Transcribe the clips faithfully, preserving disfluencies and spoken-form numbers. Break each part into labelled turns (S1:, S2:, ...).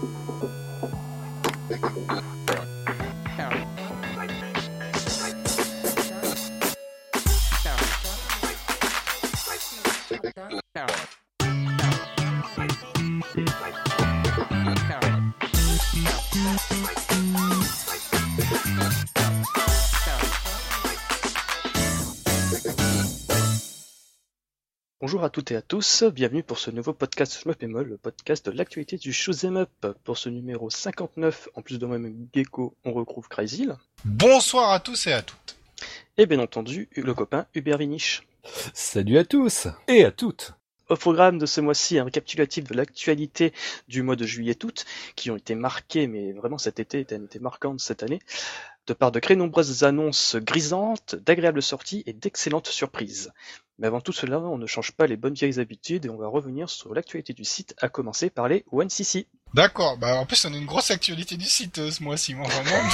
S1: Bonjour à toutes et à tous, bienvenue pour ce nouveau podcast Shmup et Moll, le podcast de l'actualité du shoot'em up. Pour ce numéro cinquante-neuf, en plus de moi-même Gecko, on retrouve Crazyl.
S2: Bonsoir à tous et à toutes.
S1: Et bien entendu, le copain Hubert Vinich.
S3: Salut à tous et à toutes.
S1: Au programme de ce mois-ci, un récapitulatif de l'actualité du mois de juillet-août, qui ont été marqués, mais vraiment cet été était une été marquante cette année, de par de très nombreuses annonces grisantes, d'agréables sorties et d'excellentes surprises. Mais avant tout cela, on ne change pas les bonnes vieilles habitudes et on va revenir sur l'actualité du site, à commencer par les one C C.
S2: D'accord, bah en plus on a une grosse actualité du site euh, ce mois-ci, moi vraiment.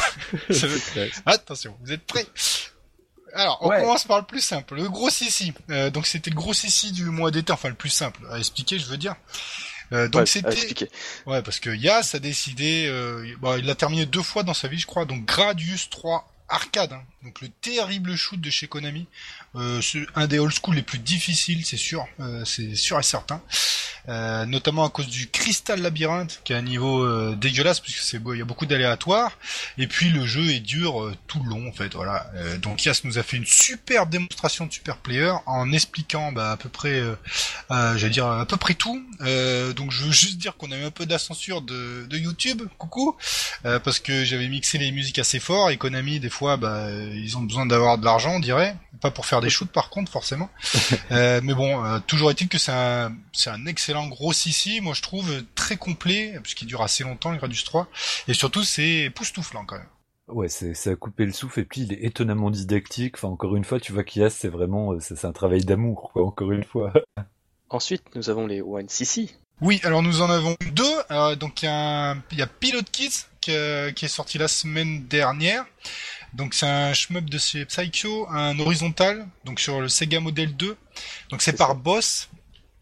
S2: Attention, vous êtes prêts? Alors, on ouais. commence par le plus simple, le gros C C. Euh, donc c'était le gros C C du mois d'été, enfin le plus simple à expliquer, je veux dire. Euh, donc
S1: ouais,
S2: c'était, ouais, parce que Yas a décidé, euh, bah, il l'a terminé deux fois dans sa vie, je crois. Donc Gradius trois Arcade, hein, donc le terrible shoot de chez Konami, euh, c'est un des old school les plus difficiles, c'est sûr, euh, c'est sûr et certain. Euh, notamment à cause du Crystal Labyrinthe, qui a un niveau euh, dégueulasse puisque c'est beau, il y a beaucoup d'aléatoires. Et puis le jeu est dur euh, tout le long en fait, voilà. Euh, donc Yas nous a fait une super démonstration de super player en expliquant bah, à peu près, euh, euh, j'allais dire à peu près tout. Euh, donc je veux juste dire qu'on a eu un peu de la censure de, de YouTube, coucou, euh, parce que j'avais mixé les musiques assez fort et Konami des fois bah ils ont besoin d'avoir de l'argent, on dirait, pas pour faire des shoots par contre forcément. euh, mais bon, euh, toujours est-il que c'est un c'est un excellent gros C C, moi je trouve très complet puisqu'il dure assez longtemps le Gradius trois et surtout c'est époustouflant quand même.
S3: Ouais, c'est ça a coupé le souffle et puis il est étonnamment didactique. Enfin encore une fois, tu vois qu'I A S c'est vraiment c'est, c'est un travail d'amour quoi, encore une fois.
S1: Ensuite, nous avons les one C C.
S2: Oui, alors nous en avons deux. Alors, donc il y a un, il y a Pilot Kids qui, euh, qui est sorti la semaine dernière. Donc c'est un shmup de chez Psycho, un horizontal, donc sur le Sega Model deux. Donc c'est, c'est par ça. Boss.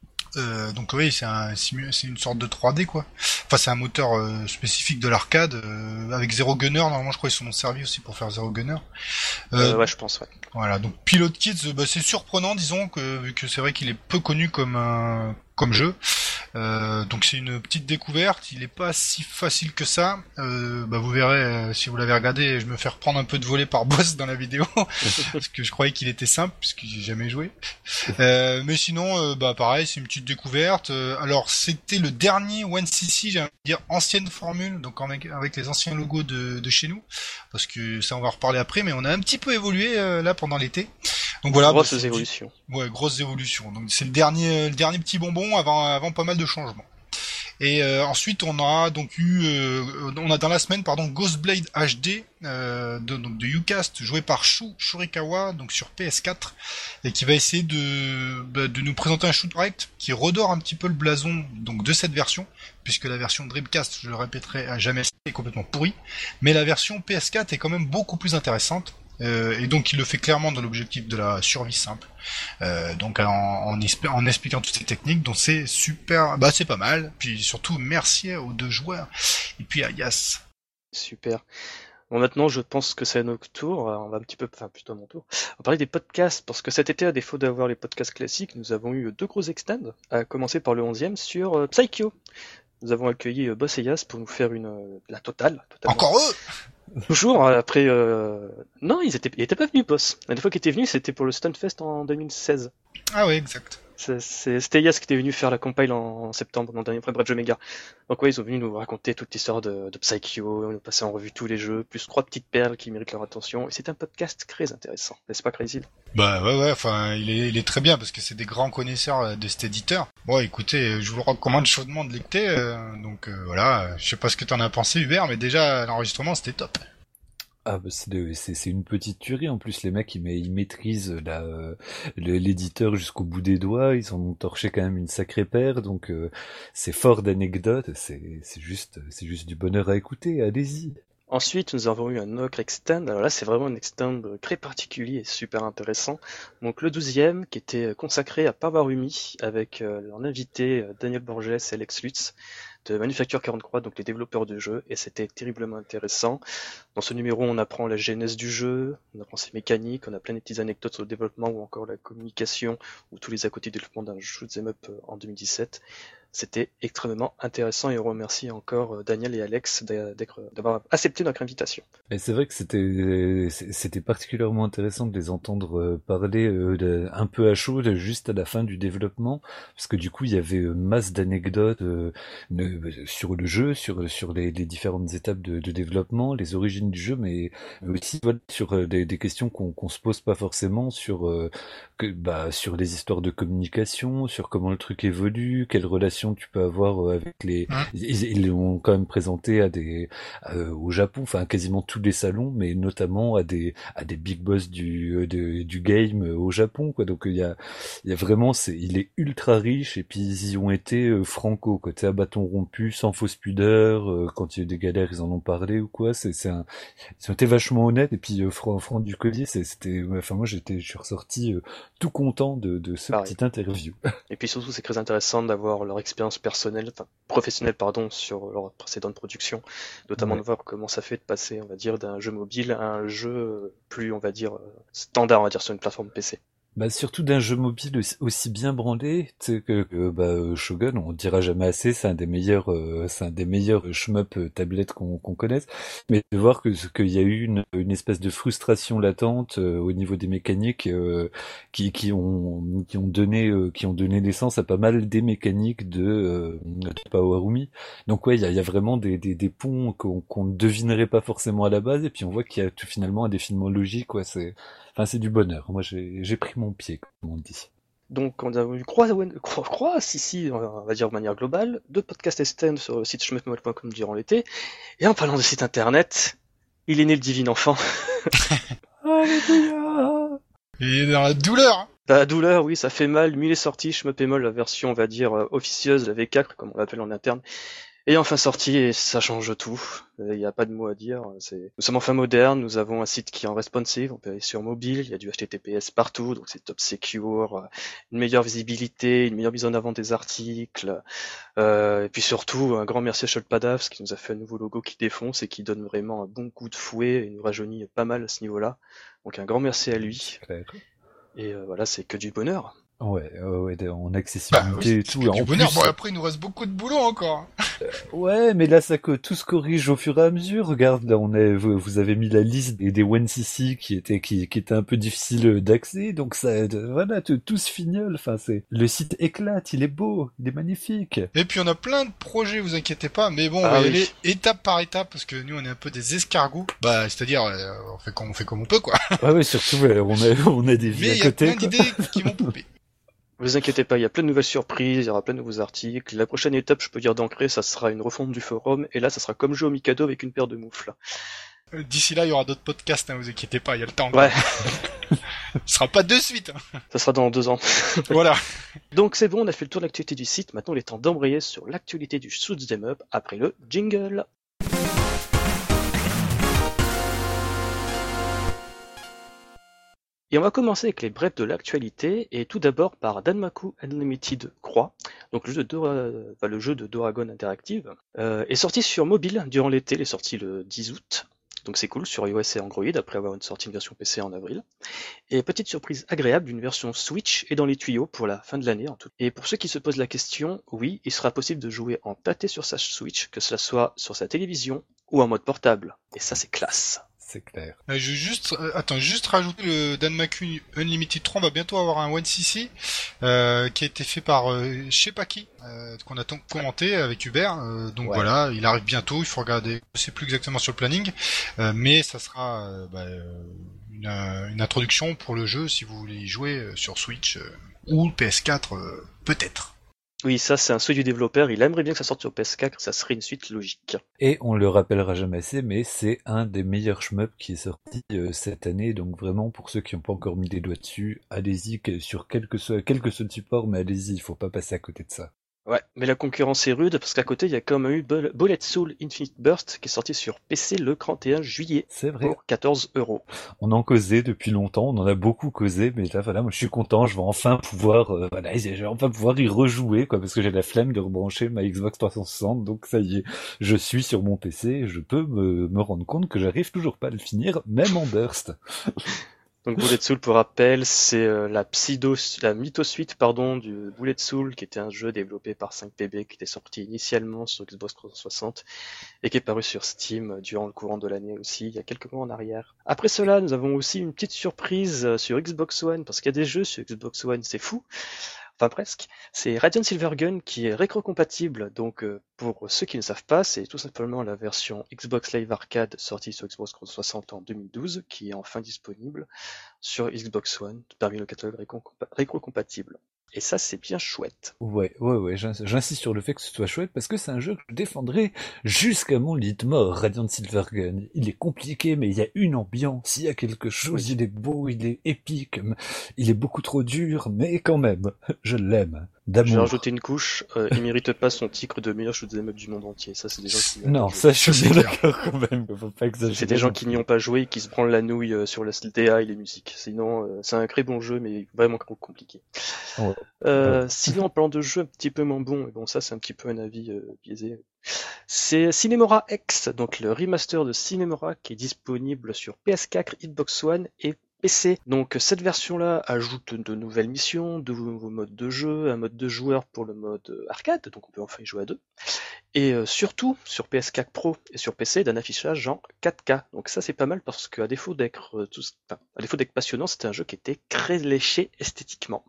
S2: Euh, donc oui, c'est, un, c'est une sorte de trois D quoi. Enfin c'est un moteur euh, spécifique de l'arcade euh, avec Zero Gunner. Normalement je crois qu'ils sont servis aussi pour faire Zero Gunner.
S1: Euh, euh, ouais je pense ouais.
S2: Voilà, donc Pilot Kids, bah, c'est surprenant disons que vu que c'est vrai qu'il est peu connu comme un comme jeu. Euh, donc c'est une petite découverte, il est pas si facile que ça. Euh, bah vous verrez euh, si vous l'avez regardé, je me fais reprendre un peu de voler par Boss dans la vidéo parce que je croyais qu'il était simple puisque j'ai jamais joué. Euh, mais sinon, euh, bah pareil, c'est une petite découverte. Euh, alors c'était le dernier one C C, j'ai envie de dire ancienne formule, donc avec, avec les anciens logos de, de chez nous, parce que ça on va en reparler après, mais on a un petit peu évolué euh, là pendant l'été. Donc voilà,
S1: grosses
S2: bah,
S1: évolutions.
S2: Ouais, grosses évolutions. Donc c'est le dernier, le dernier petit bonbon avant, avant pas mal de changements. Et euh, ensuite on a donc eu, euh, on a dans la semaine pardon Ghostblade H D euh, de, donc de Ucast joué par Shu Shurikawa donc sur P S quatre et qui va essayer de bah, de nous présenter un shoot correct qui redore un petit peu le blason donc de cette version puisque la version Dreamcast, je le répéterai à jamais, est complètement pourrie, mais la version P S quatre est quand même beaucoup plus intéressante. Euh, et donc il le fait clairement dans l'objectif de la survie simple, euh, donc en, en, espé- en expliquant toutes ces techniques, donc c'est super, bah c'est pas mal, puis surtout merci aux deux joueurs, et puis à Yas.
S1: Super. Bon maintenant je pense que c'est à notre tour, on va un petit peu, enfin plutôt à mon tour, on va parler des podcasts, parce que cet été à défaut d'avoir les podcasts classiques, nous avons eu deux gros extends, à commencer par le onzième sur euh, Psycho. Nous avons accueilli euh, Boss et Yas pour nous faire une euh, la totale. Totalement.
S2: Encore eux.
S1: Toujours après. Euh... Non, ils étaient, ils étaient pas venus, Boss. La dernière fois qu'ils étaient venus, c'était pour le Stunfest en deux mille seize.
S2: Ah oui, exact.
S1: C'est, c'est, c'était Yas qui était venu faire la compile en, en septembre, dans le dernier Bref Jeux Méga. Donc ouais, ils sont venus nous raconter toute l'histoire de, de Psycho, nous passer en revue tous les jeux, plus trois petites perles qui méritent leur attention. Et c'est un podcast très intéressant, n'est-ce pas Crazy?
S2: Bah ouais ouais, enfin il est, il est très bien parce que c'est des grands connaisseurs de cet éditeur. Bon écoutez, je vous le recommande chaudement de l'écouter. Euh, donc euh, voilà, je sais pas ce que t'en as pensé Hubert, mais déjà l'enregistrement c'était top.
S3: Ah bah c'est, de, c'est, c'est une petite tuerie en plus, les mecs ils, ils maîtrisent la, euh, l'éditeur jusqu'au bout des doigts, ils en ont torché quand même une sacrée paire, donc euh, c'est fort d'anecdotes, c'est, c'est, juste, c'est juste du bonheur à écouter, allez-y.
S1: Ensuite, nous avons eu un autre extend. Alors là, c'est vraiment un extend très particulier et super intéressant. Donc le douzième, qui était consacré à Pavarumi, avec euh, leur invité euh, Daniel Borges et Alex Lutz de Manufacture quarante-trois, donc les développeurs de jeux, et c'était terriblement intéressant. Dans ce numéro, on apprend la genèse du jeu, on apprend ses mécaniques, on a plein de petites anecdotes sur le développement ou encore la communication, ou tous les à côté du développement d'un shoot'em up en deux mille dix-sept. C'était extrêmement intéressant et on remercie encore Daniel et Alex d'avoir accepté notre invitation.
S3: Et c'est vrai que c'était c'était particulièrement intéressant de les entendre parler euh, de, un peu à chaud juste à la fin du développement, parce que du coup il y avait masse d'anecdotes euh, sur le jeu, sur sur les, les différentes étapes de, de développement, les origines du jeu, mais aussi voilà, sur des, des questions qu'on qu'on se pose pas forcément sur euh, que, bah sur les histoires de communication, sur comment le truc évolue, quelles relations tu peux avoir avec les
S2: Hein
S3: ils, ils l'ont quand même présenté à des euh, au Japon, enfin quasiment tous les salons, mais notamment à des à des big boss du de, du game au Japon, quoi. Donc il y a il y a vraiment c'est il est ultra riche et puis ils y ont été euh, franco, quoi. Tu sais, à bâton rompu, sans fausse pudeur. Euh, quand il y a eu des galères, ils en ont parlé ou quoi. C'est c'est un ils ont été vachement honnêtes et puis euh, Franck Franck Ducollier, c'est c'était enfin moi j'étais je suis ressorti euh, tout content de de ce
S1: Pareil.
S3: petit interview.
S1: Et puis surtout, c'est très intéressant d'avoir leur expérience personnelle, enfin professionnelle, pardon, sur leur précédente production, notamment
S3: Ouais.
S1: de voir comment ça fait de passer, on va dire, d'un jeu mobile à un jeu plus, on va dire, standard, on va dire, sur une plateforme P C.
S3: Bah surtout d'un jeu mobile aussi, aussi bien brandé, tu sais que, que bah euh, Shogun, on dira jamais assez, c'est un des meilleurs, euh, c'est un des meilleurs shmup euh, tablettes qu'on qu'on connaisse. Mais de voir que qu'il y a eu une, une espèce de frustration latente euh, au niveau des mécaniques euh, qui qui ont qui ont donné euh, qui ont donné naissance à pas mal des mécaniques de, euh, de Powerumi. Donc ouais, il y a, il y a vraiment des des, des ponts qu'on qu'on ne devinerait pas forcément à la base, et puis on voit qu'il y a tout finalement un défilement logique, quoi. C'est Enfin, c'est du bonheur. Moi, j'ai, j'ai pris mon pied, comme on dit.
S1: Donc, on a eu croix, croix, croix, si, si, on va dire de manière globale, deux podcasts externes sur le site shmup point com durant l'été. Et en parlant de site internet, il est né le divin enfant.
S3: Alléluia!
S2: Et dans la douleur hein.
S1: La douleur, oui, ça fait mal, mais il est sorti, shmup la version, on va dire, officieuse, la V quatre, comme on l'appelle en interne. Et enfin sorti, et ça change tout. Il n'y a pas de mots à dire. C'est... Nous sommes enfin modernes, nous avons un site qui est en responsive, on peut aller sur mobile, il y a du H T T P S partout, donc c'est top secure, une meilleure visibilité, une meilleure mise en avant des articles, euh, et puis surtout un grand merci à Shulpadavs qui nous a fait un nouveau logo qui défonce et qui donne vraiment un bon coup de fouet et nous rajeunit pas mal à ce niveau-là. Donc un grand merci à lui. Et euh, voilà, c'est que du bonheur.
S3: Ouais, ouais, ouais, en accessibilité
S2: bah, oui,
S3: et tout.
S2: Du
S3: en
S2: bonheur.
S3: plus,
S2: Bon, après, il nous reste beaucoup de boulot encore.
S3: Euh, ouais, mais là, ça que tout se corrige au fur et à mesure. Regarde, là, on est, vous, vous avez mis la liste des, des one C C qui étaient, qui, qui étaient un peu difficiles d'accès, donc ça, voilà, tout, tout se fignole. Enfin, c'est, le site éclate, il est beau, il est magnifique.
S2: Et puis, on a plein de projets, vous inquiétez pas, mais bon, on
S1: Ah
S2: va y
S1: oui.
S2: aller étape par étape, parce que nous, on est un peu des escargots. Bah, c'est-à-dire, euh, on fait comme, on fait comme on peut, quoi.
S3: Ouais, ouais, surtout, ouais, on a, on a des vies
S2: Mais
S3: à
S2: il y a
S3: côté.
S2: plein
S3: quoi.
S2: d'idées qui vont popper.
S1: Vous inquiétez pas, il y a plein de nouvelles surprises, il y aura plein de nouveaux articles. La prochaine étape, je peux dire d'entrée, ça sera une refonte du forum, et là, ça sera comme jouer au Mikado avec une paire de moufles.
S2: D'ici là, il y aura d'autres podcasts, hein, vous inquiétez pas, il y a le temps. Quoi.
S1: Ouais,
S2: Ce sera pas de suite. Hein.
S1: ça sera dans deux ans.
S2: Voilà.
S1: Donc c'est bon, on a fait le tour de l'actualité du site, maintenant il est temps d'embrayer sur l'actualité du shoot'em up après le jingle. Et on va commencer avec les brefs de l'actualité, et tout d'abord par Danmaku Unlimited Croix, donc le jeu de, Dora... enfin, le jeu de Doragon Interactive, euh, est sorti sur mobile durant l'été, il est sorti le dix août, donc c'est cool, sur iOS et Android, après avoir une sorti une version P C en avril. Et petite surprise agréable, une version Switch est dans les tuyaux pour la fin de l'année en tout. Et pour ceux qui se posent la question, oui, il sera possible de jouer en tâté sur sa Switch, que cela soit sur sa télévision ou en mode portable, et ça c'est classe.
S3: C'est clair.
S2: Euh, je vais juste, euh, attends, juste rajouter le Danmaku Unlimited trois, on va bientôt avoir un one C C euh, qui a été fait par euh, je sais pas qui, euh, qu'on a t- commenté avec Hubert. Euh, donc
S3: Ouais.
S2: voilà, il arrive bientôt. Il faut regarder. Je sais plus exactement sur le planning, euh, mais ça sera euh, bah, euh, une, euh, une introduction pour le jeu si vous voulez y jouer euh, sur Switch euh, ou P S quatre euh, peut-être.
S1: Oui, ça c'est un souhait du développeur, il aimerait bien que ça sorte sur P S quatre, ça serait une suite logique.
S3: Et on le rappellera jamais assez, mais c'est un des meilleurs shmups qui est sorti euh, cette année, donc vraiment pour ceux qui n'ont pas encore mis les doigts dessus, allez-y que- sur quel que soit quel que soit le support, mais allez-y, il faut pas passer à côté de ça.
S1: Ouais, mais la concurrence est rude parce qu'à côté, il y a quand même eu Bull- Bullet Soul Infinite Burst qui est sorti sur P C le trente et un juillet
S3: C'est vrai.
S1: pour quatorze euros.
S3: On en causait depuis longtemps, on en a beaucoup causé, mais là voilà, moi je suis content, je vais enfin pouvoir, euh, voilà, je vais enfin pouvoir y rejouer, quoi, parce que j'ai la flemme de rebrancher ma Xbox trois cent soixante, donc ça y est, je suis sur mon P C, et je peux me, me rendre compte que j'arrive toujours pas à le finir, même en burst.
S1: Donc Bullet Soul, pour rappel, c'est euh, la pseudo, la mytho-suite, pardon, du Bullet Soul, qui était un jeu développé par cinq P B, qui était sorti initialement sur Xbox trois cent soixante, et qui est paru sur Steam euh, durant le courant de l'année aussi, il y a quelques mois en arrière. Après cela, nous avons aussi une petite surprise euh, sur Xbox One, parce qu'il y a des jeux sur Xbox One, c'est fou. Enfin presque, c'est Radiant Silvergun qui est rétro-compatible, donc euh, pour ceux qui ne savent pas, c'est tout simplement la version Xbox Live Arcade sortie sur Xbox trois cent soixante en deux mille douze, qui est enfin disponible sur Xbox One, parmi le catalogue rétro-compa- rétro-compatible. Et ça, c'est bien chouette.
S3: Ouais, ouais, ouais, j'ins- j'insiste sur le fait que ce soit chouette, parce que c'est un jeu que je défendrai jusqu'à mon lit de mort, Radiant Silvergun. Il est compliqué, mais il y a une ambiance, il y a quelque chose,
S1: Oui.
S3: il est beau, il est épique, il est beaucoup trop dur, mais quand même, je l'aime.
S1: J'ai
S3: D'amour.
S1: rajouté une couche, euh, il mérite pas son titre de meilleur shoot'em up du monde entier. Ça, c'est des gens qui...
S3: Non,
S1: qui
S3: ça, je
S2: Ça,
S3: suis
S2: c'est
S3: bien
S2: clair.
S3: d'accord quand même, faut pas exagérer.
S1: C'est des gens
S3: non
S1: qui
S3: plus.
S1: n'y ont pas joué et qui se branlent la nouille euh, sur le D A et les musiques. Sinon, euh, c'est un très bon jeu, mais vraiment compliqué.
S3: Ouais.
S1: Euh,
S3: Ouais.
S1: sinon, en parlant de jeux un petit peu moins bons, et bon, ça c'est un petit peu un avis euh, biaisé, c'est Cinemora X, donc le remaster de Cinemora qui est disponible sur P S quatre, Xbox One et P C. Donc cette version-là ajoute de nouvelles missions, de nouveaux modes de jeu, un mode de joueur pour le mode euh, arcade, donc on peut enfin y jouer à deux. Et euh, surtout, sur P S quatre Pro et sur P C, d'un affichage en quatre K. Donc ça c'est pas mal parce qu'à défaut d'être euh, tout... enfin, à défaut d'être passionnant, c'était un jeu qui était très léché esthétiquement.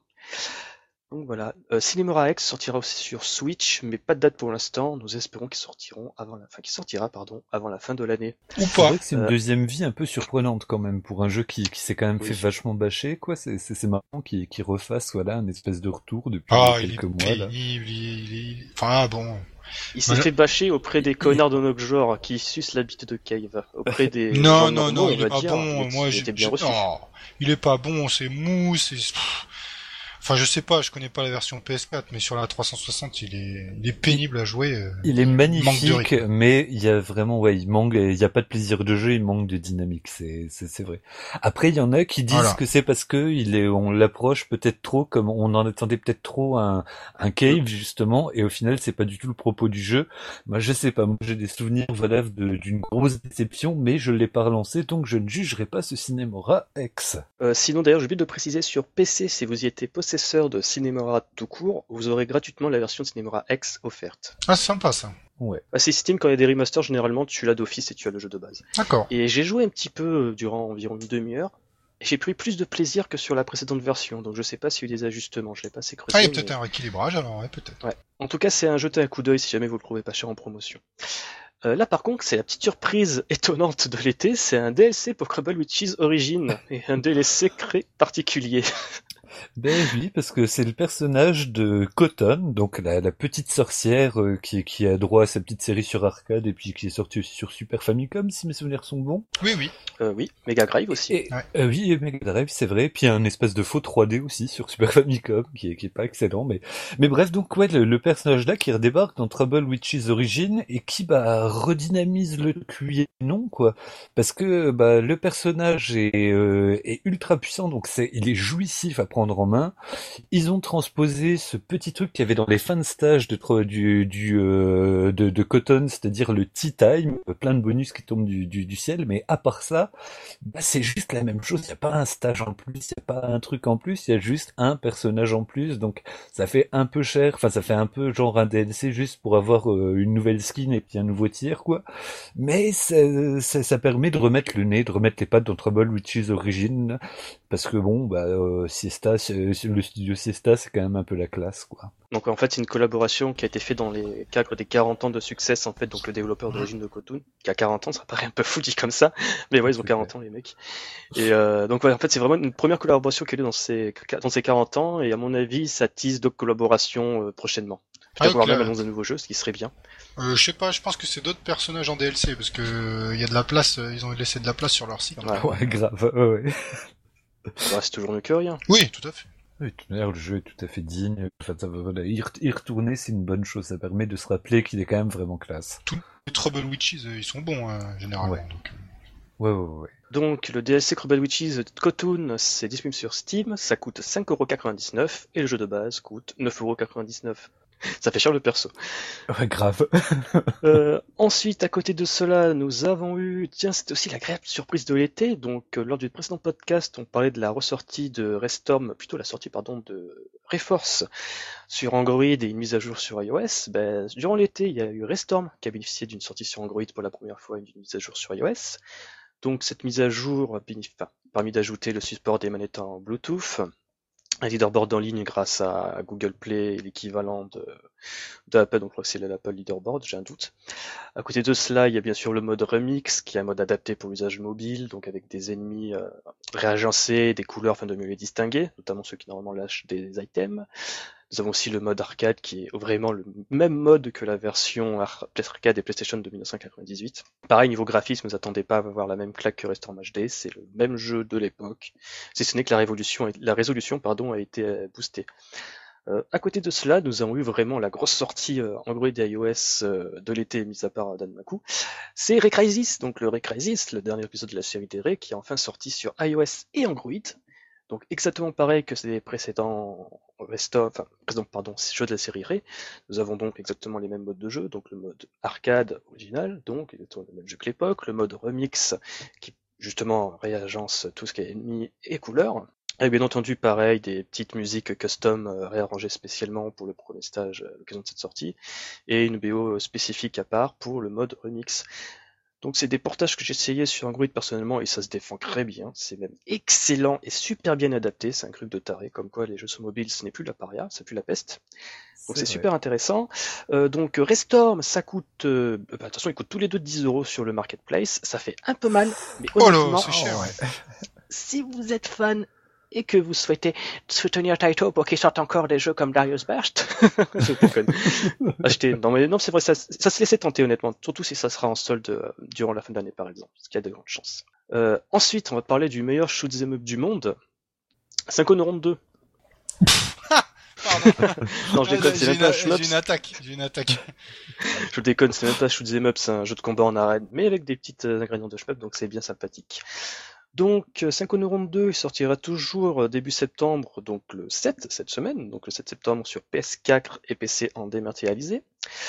S1: Donc voilà, euh, Cinemora X sortira aussi sur Switch, mais pas de date pour l'instant. Nous espérons qu'ils sortiront avant la fin, qu'il sortira pardon, avant la fin de l'année.
S2: Ou
S3: C'est
S2: pas.
S3: vrai que c'est une
S1: Euh,
S3: deuxième vie un peu surprenante quand même pour un jeu qui, qui s'est quand même fait
S1: Oui.
S3: vachement bâcher, quoi. C'est, c'est, c'est marrant qu'il, qu'il refasse, voilà, un espèce de retour depuis
S2: Ah, il
S3: quelques
S2: est
S3: mois, là.
S2: pénible, il est, il est- Enfin, bon.
S1: Il s'est
S2: Voilà.
S1: fait bâcher auprès des connards de notre genre qui sucent la bite de Cave. Auprès des
S2: Non,
S1: gens
S2: non,
S1: normaux,
S2: non,
S1: on
S2: il est
S1: va
S2: pas
S1: dire,
S2: bon.
S1: il,
S2: Moi,
S1: il
S2: j'ai,
S1: était bien
S2: j'ai-
S1: reçu.
S2: non, il est pas bon, c'est mou, c'est... pff. Enfin, je sais pas, je connais pas la version P S quatre, mais sur la trois cent soixante, il est, il est pénible à jouer. euh,
S3: Il est
S2: manque de
S3: magnifique,
S2: rythme.
S3: mais il y a vraiment, ouais, il manque, il y a pas de plaisir de jeu, il manque de dynamique, c'est, c'est, c'est vrai. Après, il y en a qui disent
S2: Voilà.
S3: que c'est parce que il est, on l'approche peut-être trop, comme on en attendait peut-être trop un, un cave, justement, et au final, c'est pas du tout le propos du jeu. Moi, je sais pas, moi, j'ai des souvenirs, voilà, de- d'une grosse déception, mais je l'ai pas relancé, donc je ne jugerai pas ce Cinemora X.
S1: Euh, sinon, d'ailleurs, j'ai oublié de préciser sur P C, si vous y étiez possesseur de Cinemora tout court, vous aurez gratuitement la version de Cinemora X offerte.
S2: Ah, c'est sympa, ça.
S3: Ouais.
S1: Bah, c'est Steam, quand il y a des remasters, généralement, tu l'as d'office et tu as le jeu de base.
S2: D'accord.
S1: Et j'ai joué un petit peu euh, durant environ une demi-heure, et j'ai pris plus de plaisir que sur la précédente version, donc je sais pas s'il y a eu des ajustements, je l'ai pas assez creusé.
S2: Ah, il y a
S1: mais-
S2: peut-être un rééquilibrage, alors, ouais, peut-être.
S1: Ouais. En tout cas, c'est un jeter un coup d'œil si jamais vous le trouvez pas cher en promotion. Euh, là, par contre, c'est la petite surprise étonnante de l'été, c'est un D L C pour Crumble Witches Origin, et un D L C très particulier.
S3: Ben oui, parce que c'est le personnage de Cotton, donc la, la petite sorcière euh, qui, qui a droit à sa petite série sur arcade et puis qui est sortie aussi sur Super Famicom, si mes souvenirs sont bons.
S2: Oui, oui.
S1: Euh, oui, Mega Drive aussi.
S3: Et,
S2: Ouais.
S3: euh, oui, et Mega Drive, c'est vrai. Puis il y a un espèce de faux trois D aussi sur Super Famicom, qui est, qui est pas excellent, mais, mais bref, donc ouais, le, le personnage là qui redébarque dans Trouble Witches Origin et qui bah redynamise le Q et non quoi, parce que bah le personnage est, euh, est ultra puissant, donc c'est, il est jouissif à prendre en main. Ils ont transposé ce petit truc qu'il y avait dans les fins de stage de tro- du, du euh, de, de Cotton, c'est-à-dire le tea time, plein de bonus qui tombent du, du, du ciel, mais à part ça, bah c'est juste la même chose. Il y a pas un stage en plus, il y a pas un truc en plus, il y a juste un personnage en plus. Donc ça fait un peu cher, enfin ça fait un peu genre un D L C juste pour avoir euh, une nouvelle skin et puis un nouveau tir quoi. Mais ça, ça, ça permet de remettre le nez, de remettre les pattes dans Trouble Witches Origin, parce que bon, bah euh, Siesta, c'est- le studio Siesta, c'est quand même un peu la classe quoi.
S1: Donc en fait, c'est une collaboration qui a été faite dans les cadres des quarante ans de succès, en fait, donc le développeur d'origine de Cotton, qui a quarante ans, ça paraît un peu fou dit comme ça, mais ouais, ils ont quarante ans les mecs. Et euh, donc ouais, en fait, c'est vraiment une première collaboration qu'il y a eu dans ces, dans ces quarante ans, et à mon avis, ça tease d'autres collaborations euh, prochainement. Peut-être
S2: Ah,
S1: voir
S2: ok.
S1: même annonce de nouveaux jeux, ce qui serait bien.
S2: Euh, je sais pas, je pense que c'est d'autres personnages en D L C, parce que euh, il y a de la place, euh, ils ont laissé de la place sur leur site.
S1: Ouais.
S3: Ouais, grave. Ouais, ouais.
S1: Bah, c'est toujours mieux que rien.
S2: Oui, tout à fait.
S3: Oui, tout à l'heure, le jeu est tout à fait digne. Enfin, ça va, voilà. Y, y retourner, c'est une bonne chose. Ça permet de se rappeler qu'il est quand même vraiment classe.
S2: Tous les Trouble Witches, euh, ils sont bons, hein, généralement.
S3: Ouais.
S2: Donc, euh,
S3: Ouais, ouais, ouais.
S1: Donc le D L C Crumble Witches Cotoon, c'est disponible sur Steam, ça coûte cinq euros quatre-vingt-dix-neuf et le jeu de base coûte neuf euros quatre-vingt-dix-neuf. Ça fait cher le perso.
S3: Ouais, grave.
S1: Euh, ensuite, à côté de cela, nous avons eu, tiens, c'était aussi l'agréable surprise de l'été. Donc, euh, lors du précédent podcast, on parlait de la ressortie de Restorm, plutôt la sortie, pardon, de Reforce sur Android et une mise à jour sur iOS. Ben, durant l'été, il y a eu Restorm qui a bénéficié d'une sortie sur Android pour la première fois et d'une mise à jour sur iOS. Donc, cette mise à jour a bénéf- enfin, permis d'ajouter le support des manettes en Bluetooth, un leaderboard en ligne grâce à Google Play et l'équivalent de, d'Apple, donc je crois que c'est l'Apple Leaderboard, j'ai un doute. À côté de cela, il y a bien sûr le mode remix, qui est un mode adapté pour l'usage mobile, donc avec des ennemis euh, réagencés, des couleurs afin de mieux les distinguer, notamment ceux qui normalement lâchent des items. Nous avons aussi le mode arcade, qui est vraiment le même mode que la version ar- arcade et PlayStation de mille neuf cent quatre-vingt-dix-huit. Pareil, niveau graphisme, ne vous attendez pas à avoir la même claque que Restore H D, c'est le même jeu de l'époque, si ce n'est que la, révolution, la résolution pardon, a été euh, boostée. Euh, à côté de cela, nous avons eu vraiment la grosse sortie euh, Android et iOS euh, de l'été, mis à part Danmaku. C'est Raycrisis, donc le Raycrisis, le dernier épisode de la série des Ray, qui est enfin sorti sur iOS et Android. Donc exactement pareil que les précédents Restore, enfin, précédents, pardon, jeux de la série Ray. Nous avons donc exactement les mêmes modes de jeu, donc le mode arcade original, donc exactement le même jeu que l'époque, le mode remix qui justement réagence tout ce qui est ennemi et couleurs. Et bien entendu, pareil, des petites musiques custom euh, réarrangées spécialement pour le premier stage à l'occasion de cette sortie, et une B O spécifique à part pour le mode remix. Donc c'est des portages que j'ai essayé sur Android personnellement et ça se défend très bien, c'est même excellent et super bien adapté, c'est un truc de taré, comme quoi les jeux sur mobile ce n'est plus la paria, c'est plus la peste. Donc c'est
S3: vrai.
S1: super intéressant. Euh, donc Restorm, ça coûte, euh, bah, attention, ils coûtent tous les deux dix euros sur le marketplace, ça fait un peu mal, mais
S2: Oh là,
S1: honnêtement,
S2: c'est cher, ouais.
S1: si vous êtes fan et que vous souhaitez soutenir Taito pour qu'il sorte encore des jeux comme Darius Burst, je déconne. Achetez. Non, mais non, c'est vrai, ça, ça se laissait tenter honnêtement, surtout si ça sera en solde euh, durant la fin de l'année par exemple, ce qui a de grandes chances. Euh, ensuite, on va parler du meilleur shoot'em up du monde, Psychonauts deux.
S2: Pardon.
S1: Non, je déconne, c'est
S2: J'ai
S1: même pas un
S2: une,
S1: shoot-em
S2: j'ai une
S1: up.
S2: attaque, j'ai une attaque.
S1: Je déconne, c'est même pas un shoot'em up, c'est un jeu de combat en arène, mais avec des petites euh, ingrédients de shmup, donc c'est bien sympathique. Donc, euh, Psychonauts deux, il sortira toujours euh, début septembre, donc le sept, cette semaine, donc le sept septembre sur P S quatre et P C en dématérialisé.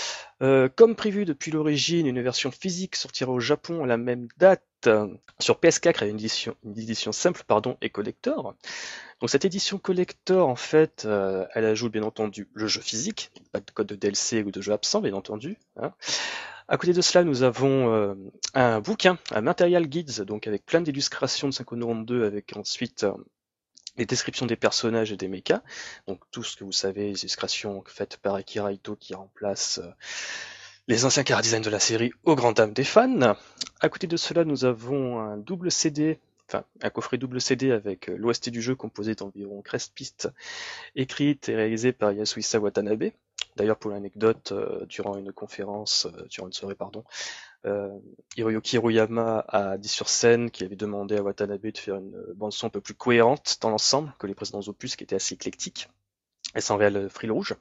S1: Euh, comme prévu depuis l'origine, une version physique sortira au Japon à la même date euh, sur P S quatre et une édition, une édition simple pardon, et collector. Donc cette édition collector, en fait, euh, elle ajoute bien entendu le jeu physique, pas de code de D L C ou de jeu absent, bien entendu. Hein. À côté de cela, nous avons euh, un bouquin, un Material Guides, donc avec plein d'illustrations de Psychonauts deux, avec ensuite euh, les descriptions des personnages et des mechas. Donc tout ce que vous savez, les illustrations faites par Akira Ito qui remplacent euh, les anciens chara design de la série aux grandes dames des fans. À côté de cela, nous avons un double C D, enfin un coffret double C D avec l'O S T du jeu composé d'environ treize pistes écrites et réalisées par Yasuhisa Watanabe. D'ailleurs, pour l'anecdote, euh, durant une conférence, euh, durant une soirée, pardon, euh, Hiroyuki Hiruyama a dit sur scène qu'il avait demandé à Watanabe de faire une bande-son un peu plus cohérente dans l'ensemble que les précédents opus qui étaient assez éclectiques et sans réel fil rouge.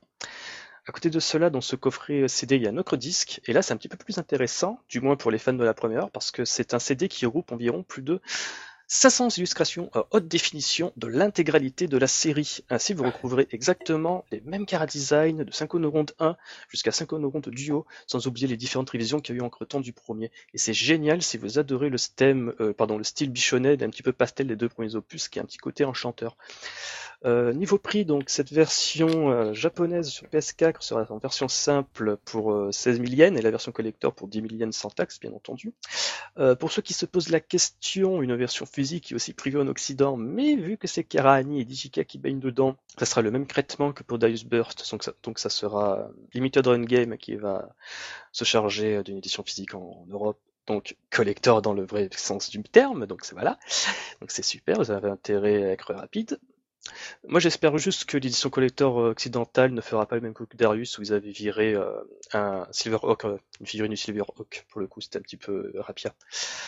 S1: À côté de cela, dans ce coffret C D, il y a un autre disque, et là c'est un petit peu plus intéressant, du moins pour les fans de la première, parce que c'est un C D qui regroupe environ plus de cinq cents illustrations à haute définition de l'intégralité de la série. Ainsi, vous retrouverez exactement les mêmes chara-design de Psychonauts un jusqu'à Psychonauts Duo, sans oublier les différentes révisions qu'il y a eu entre-temps du premier. Et c'est génial si vous adorez le stem, euh, pardon, le style bichonnet, un petit peu pastel des deux premiers opus, qui a un petit côté enchanteur. Euh, niveau prix, donc cette version euh, japonaise sur P S quatre sera en version simple pour euh, seize mille yens et la version collector pour dix mille yens sans taxe, bien entendu. Euh, pour ceux qui se posent la question, une version physique est aussi privée en Occident, mais vu que c'est Karaani et Dijika qui baignent dedans, ça sera le même traitement que pour Darius Burst, donc ça, donc ça sera Limited Run Game qui va se charger d'une édition physique en, en Europe. Donc collector dans le vrai sens du terme, donc c'est voilà, donc c'est super, vous avez intérêt à être rapide. Moi, j'espère juste que l'édition collector occidentale ne fera pas le même coup que Darius, où ils avaient viré euh, un Silverhawk, euh, une figurine du Silverhawk. Pour le coup, c'était un petit peu euh, rapide.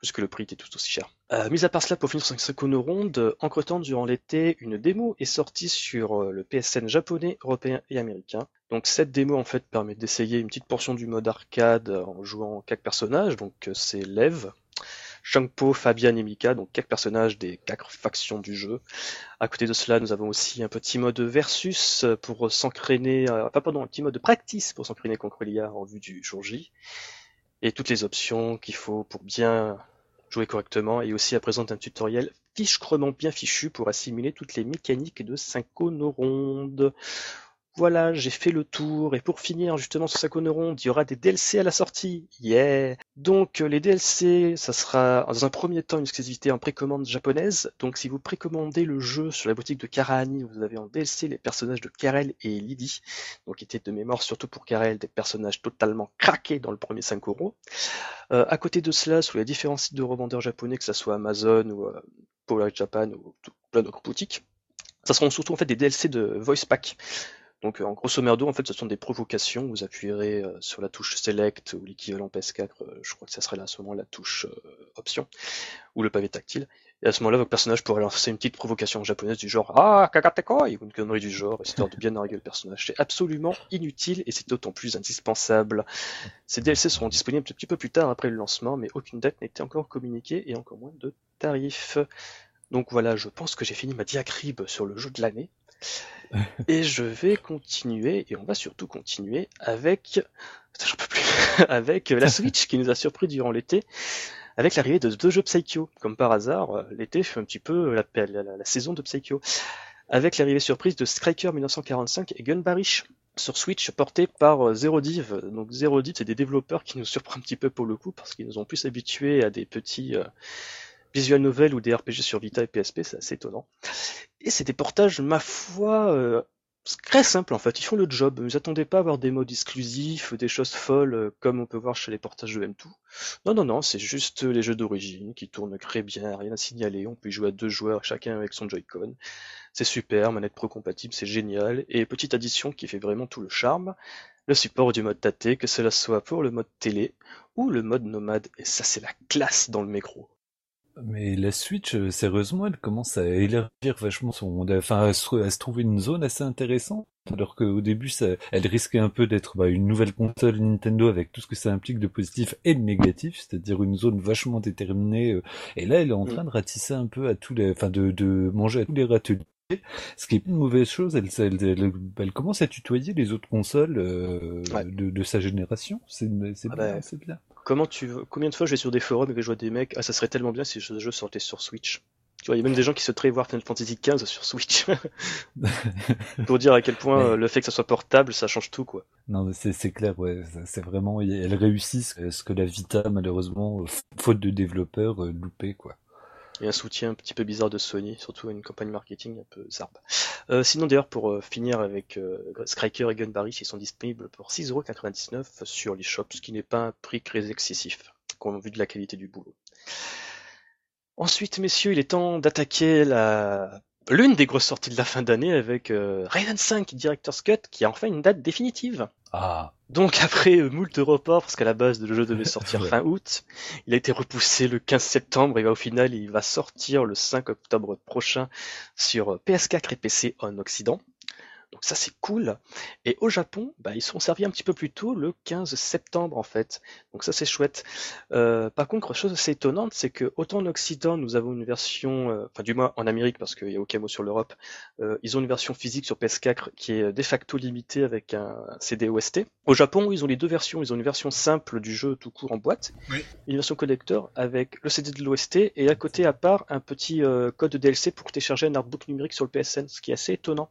S1: puisque le prix était tout aussi cher. Euh, mis à part cela, pour finir sur Psychoneuron, entre-temps, durant l'été, une démo est sortie sur le P S N japonais, européen et américain. Donc cette démo en fait permet d'essayer une petite portion du mode arcade en jouant quatre personnages, donc c'est Lev, Shangpo, Fabian et Mika, donc quatre personnages des quatre factions du jeu. À côté de cela, nous avons aussi un petit mode versus pour s'entraîner, euh, enfin pardon, un petit mode de practice pour s'entraîner contre l'I A en vue du jour J. Et toutes les options qu'il faut pour bien jouer correctement, et aussi à présent un tutoriel fichtrement bien fichu pour assimiler toutes les mécaniques de Psychoneuron. Voilà, j'ai fait le tour, et pour finir justement sur Psychoneuron, il y aura des D L C à la sortie, yeah. Donc les D L C, ça sera dans un premier temps une exclusivité en précommande japonaise, donc si vous précommandez le jeu sur la boutique de Karahani, vous avez en D L C les personnages de Karel et Lydie, donc qui étaient de mémoire surtout pour Karel, des personnages totalement craqués dans le premier cinq euros. Euh, à côté de cela, sur les différents sites de revendeurs japonais, que ce soit Amazon ou euh, Power Japan ou tout, plein d'autres boutiques, ça seront surtout en fait des D L C de Voice Pack. Donc en grosso merdo, en fait, ce sont des provocations. Vous appuierez euh, sur la touche Select ou l'équivalent P S quatre, euh, je crois que ça serait là à ce moment la touche euh, Option ou le pavé tactile. Et à ce moment-là, votre personnage pourrait lancer une petite provocation japonaise du genre Ah, kagatekoi ou une connerie du genre, histoire de bien narguer le personnage. C'est absolument inutile et c'est d'autant plus indispensable. Ces D L C seront disponibles un petit peu plus tard après le lancement, mais aucune date n'a été encore communiquée et encore moins de tarifs. Donc voilà, je pense que j'ai fini ma diatribe sur le jeu de l'année. Et je vais continuer, et on va surtout continuer avec, j'en peux plus, avec la Switch qui nous a surpris durant l'été, avec l'arrivée de deux jeux Psycho. Comme par hasard, l'été fait un petit peu la, la, la, la saison de Psycho, avec l'arrivée surprise de Striker dix-neuf cent quarante-cinq et Gun Barish sur Switch, porté par Zero Div. Donc Zero Div, c'est des développeurs qui nous surprennent un petit peu pour le coup, parce qu'ils nous ont plus habitués à des petits euh, visual novels ou des R P G sur Vita et P S P, c'est assez étonnant. Et c'est des portages, ma foi, euh, très simples en fait, ils font le job. Ne vous attendez pas à avoir des modes exclusifs, des choses folles euh, comme on peut voir chez les portages de M deux. Non, non, non, c'est juste les jeux d'origine qui tournent très bien, rien à signaler. On peut y jouer à deux joueurs, chacun avec son Joy-Con. C'est super, manette pro compatible, c'est génial. Et petite addition qui fait vraiment tout le charme, le support du mode tâté, que cela soit pour le mode télé ou le mode nomade. Et ça, c'est la classe dans le mécro.
S3: Mais la Switch, euh, sérieusement, elle commence à élargir vachement son monde, enfin à se, à se trouver une zone assez intéressante, alors qu'au début, ça, elle risquait un peu d'être bah, une nouvelle console Nintendo avec tout ce que ça implique de positif et de négatif, c'est-à-dire une zone vachement déterminée. Euh, et là, elle est en train de ratisser un peu à tous les, enfin de, de manger à tous les râteliers. Ce qui est une mauvaise chose, elle, elle, elle, elle commence à tutoyer les autres consoles euh, ouais. de, de sa génération. C'est, c'est ah bien, bah, c'est bien.
S1: Comment tu veux... Combien de fois je vais sur des forums et que je vois des mecs, ah ça serait tellement bien si ce jeu sortait sur Switch. Tu vois, il y a même des gens qui souhaiteraient voir Final Fantasy quinze sur Switch. Pour dire à quel point mais... le fait que ça soit portable, ça change tout, quoi.
S3: Non, mais c'est, c'est clair, ouais. C'est vraiment, elle réussit ce que la Vita, malheureusement, faute de développeurs, loupé, quoi.
S1: Et un soutien un petit peu bizarre de Sony, surtout une campagne marketing un peu zarbe. Euh, sinon d'ailleurs, pour euh, finir avec euh, Striker et Gun Barish, ils sont disponibles pour six euros quatre-vingt-dix-neuf sur l'eShop, ce qui n'est pas un prix très excessif, compte vu de la qualité du boulot. Ensuite, messieurs, il est temps d'attaquer la... l'une des grosses sorties de la fin d'année avec euh, Raiden cinq Director's Cut, qui a enfin une date définitive.
S3: Ah.
S1: Donc après euh, moult reports, parce qu'à la base le jeu devait sortir ouais. fin août, il a été repoussé le quinze septembre et va, au final il va sortir le cinq octobre prochain sur P S quatre et P C en Occident. Donc ça c'est cool. Et au Japon, bah, ils seront servis un petit peu plus tôt, le quinze septembre en fait. Donc ça c'est chouette. Euh, par contre, chose assez étonnante, c'est que autant en Occident, nous avons une version, euh, enfin du moins en Amérique, parce qu'il n'y a aucun mot sur l'Europe, euh, ils ont une version physique sur P S quatre qui est de facto limitée avec un C D O S T. Au Japon, ils ont les deux versions. Ils ont une version simple du jeu tout court en boîte, oui. Une version collector avec le C D de l'O S T, et à côté, à part, un petit euh, code de D L C pour télécharger un artbook numérique sur le P S N, ce qui est assez étonnant.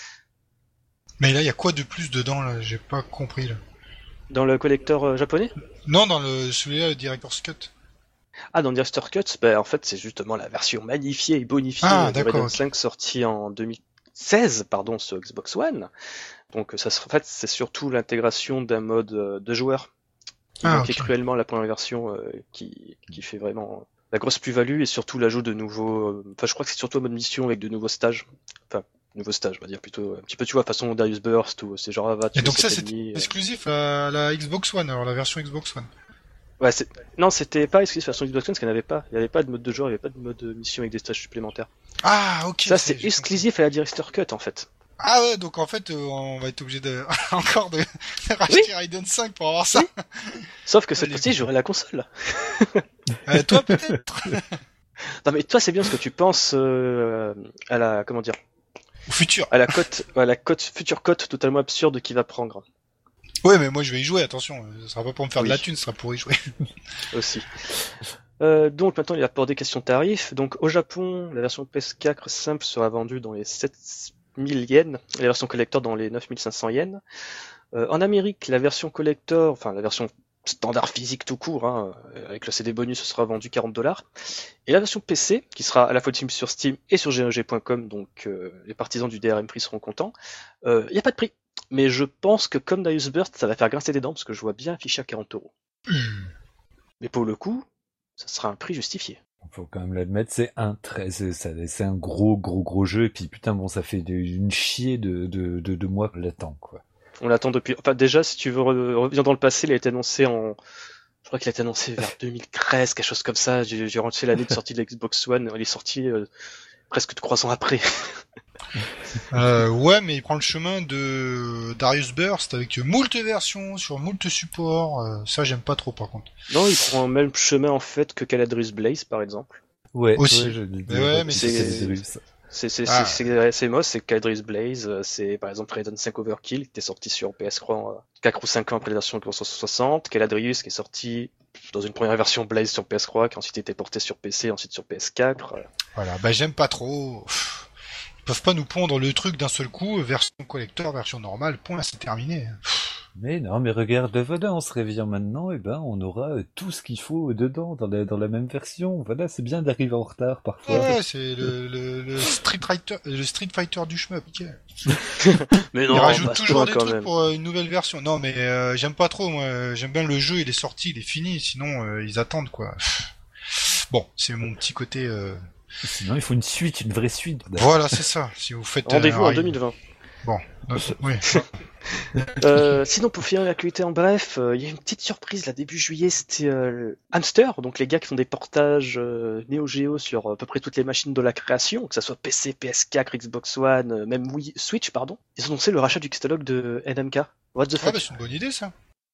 S2: Mais là, il y a quoi de plus dedans, là? J'ai pas compris, là.
S1: Dans le collector euh, japonais?
S2: Non, dans le celui-là, le Director's Cut.
S1: Ah, dans le Director's Cut, bah, en fait, c'est justement la version magnifiée et bonifiée
S2: ah,
S1: de Raiden cinq sortie en deux mille seize, pardon, sur Xbox One. Donc, ça, en fait, c'est surtout l'intégration d'un mode euh, de joueur qui ah, manquait okay. cruellement à la première version, euh, qui, qui fait vraiment la grosse plus-value, et surtout l'ajout de nouveaux... Euh, enfin, je crois que c'est surtout un mode mission avec de nouveaux stages. Enfin, nouveau stage, on va dire plutôt un petit peu, tu vois, façon Darius Burst ou c'est genre Ava.
S2: Et donc ça c'est exclusif à la Xbox One, alors la version Xbox One.
S1: Ouais, c'est... Non, c'était pas exclusif version Xbox One, parce qu'il n'y avait pas. Il n'y avait pas de mode de joueur, il n'y avait pas de mode de mission avec des stages supplémentaires.
S2: Ah, ok.
S1: Ça, c'est exclusif à la Director Cut, en fait.
S2: Ah ouais, donc en fait, euh, on va être obligé de encore de, de racheter
S1: Oui.
S2: Raiden cinq pour avoir ça.
S1: Oui. Sauf que cette
S2: Les-
S1: fois-ci, j'aurai la console.
S2: Euh, toi peut-être.
S1: Non, mais toi, c'est bien ce que tu penses euh, à la, comment dire,
S2: Au futur.
S1: à la cote, à la cote, future cote totalement absurde qui va prendre
S2: Ouais, mais moi je vais y jouer. Attention, ce sera pas pour me faire
S1: Oui.
S2: de la thune, ce sera pour y jouer.
S1: aussi. Euh, donc maintenant, il y a pour des questions de tarifs. Donc au Japon, la version P S quatre simple sera vendue dans les sept mille yens, et la version collector dans les neuf mille cinq cents yens. Euh, en Amérique, la version collector, enfin la version standard physique tout court, hein, avec le C D bonus, ce sera vendu quarante dollars. Et la version P C, qui sera à la fois disponible sur Steam et sur G un G point com, donc euh, les partisans du D R M Free seront contents, il euh, n'y a pas de prix. Mais je pense que comme Darius Burst, ça va faire grincer des dents, parce que je vois bien affiché à quarante euros. Mais pour le coup, ça sera un prix justifié.
S3: Faut quand même l'admettre, c'est un très, c'est, ça- c'est un gros, gros, gros jeu. Et puis putain, bon, ça fait de- une chier de, de, de, de mois qu'on l'attend, quoi.
S1: On l'attend depuis. Enfin, déjà, si tu veux re- revenir dans le passé, il a été annoncé en. Je crois qu'il a été annoncé vers deux mille treize, quelque chose comme ça. J'ai j'ai rentré l'année de sortie de l'Xbox One. Il est sorti euh, presque trois ans après.
S2: Euh, ouais, mais il prend le chemin de Darius Burst avec moult versions sur moult supports. Euh, ça, j'aime pas trop, par contre.
S1: Non, il prend le même chemin en fait que Caladrius Blaze, par exemple.
S3: Ouais,
S2: Aussi.
S3: ouais, je le dis.
S2: Mais ouais, mais
S1: c'est-
S3: c'est,
S1: C'est c'est
S2: Ah.
S1: c'est c'est c'est Moss, c'est Caladrius Blaze, euh, c'est par exemple Raiden cinq Overkill qui était sorti sur P S trois euh, quatre ou cinq ans après la version Xbox trois cent soixante, Caladrius qui est sorti dans une première version Blaze sur P S trois, qui ensuite été porté sur P C, ensuite sur P S quatre. euh.
S2: Voilà, bah j'aime pas trop. Pff, Ils peuvent pas nous pondre le truc d'un seul coup, version collector, version normale, point, c'est terminé.
S3: Mais non, mais regarde, voilà, on se réveille maintenant, et ben, on aura euh, tout ce qu'il faut dedans, dans la, dans la même version. Voilà, c'est bien d'arriver en retard parfois.
S2: Ouais, c'est le, le, le Street Fighter, le Street Fighter du shmup. ok.
S1: Mais
S2: Ils
S1: non,
S2: rajoutent
S1: bah, c'est
S2: toujours
S1: loin
S2: des
S1: quand
S2: trucs
S1: même.
S2: pour euh, une nouvelle version. Non, mais euh, j'aime pas trop, moi. J'aime bien le jeu, il est sorti, il est fini. Sinon, euh, ils attendent, quoi. Bon, c'est mon petit côté. Euh...
S3: Sinon, il faut une suite, une vraie suite.
S2: Voilà, c'est ça. Si vous faites.
S1: Rendez-vous
S2: euh,
S1: en deux mille vingt.
S2: Bon, non, oui.
S1: Euh, sinon, pour finir l'actualité en bref, euh, il y a une petite surprise là début juillet, c'était euh, Hamster, donc les gars qui font des portages euh, Neo Geo sur à peu près toutes les machines de la création, que ça soit P C, P S quatre, Xbox One, euh, même Wii, Switch, pardon. Ils ont annoncé le rachat du catalogue de N M K. What the
S2: Ah,
S1: fuck?
S2: bah, c'est une bonne idée, ça.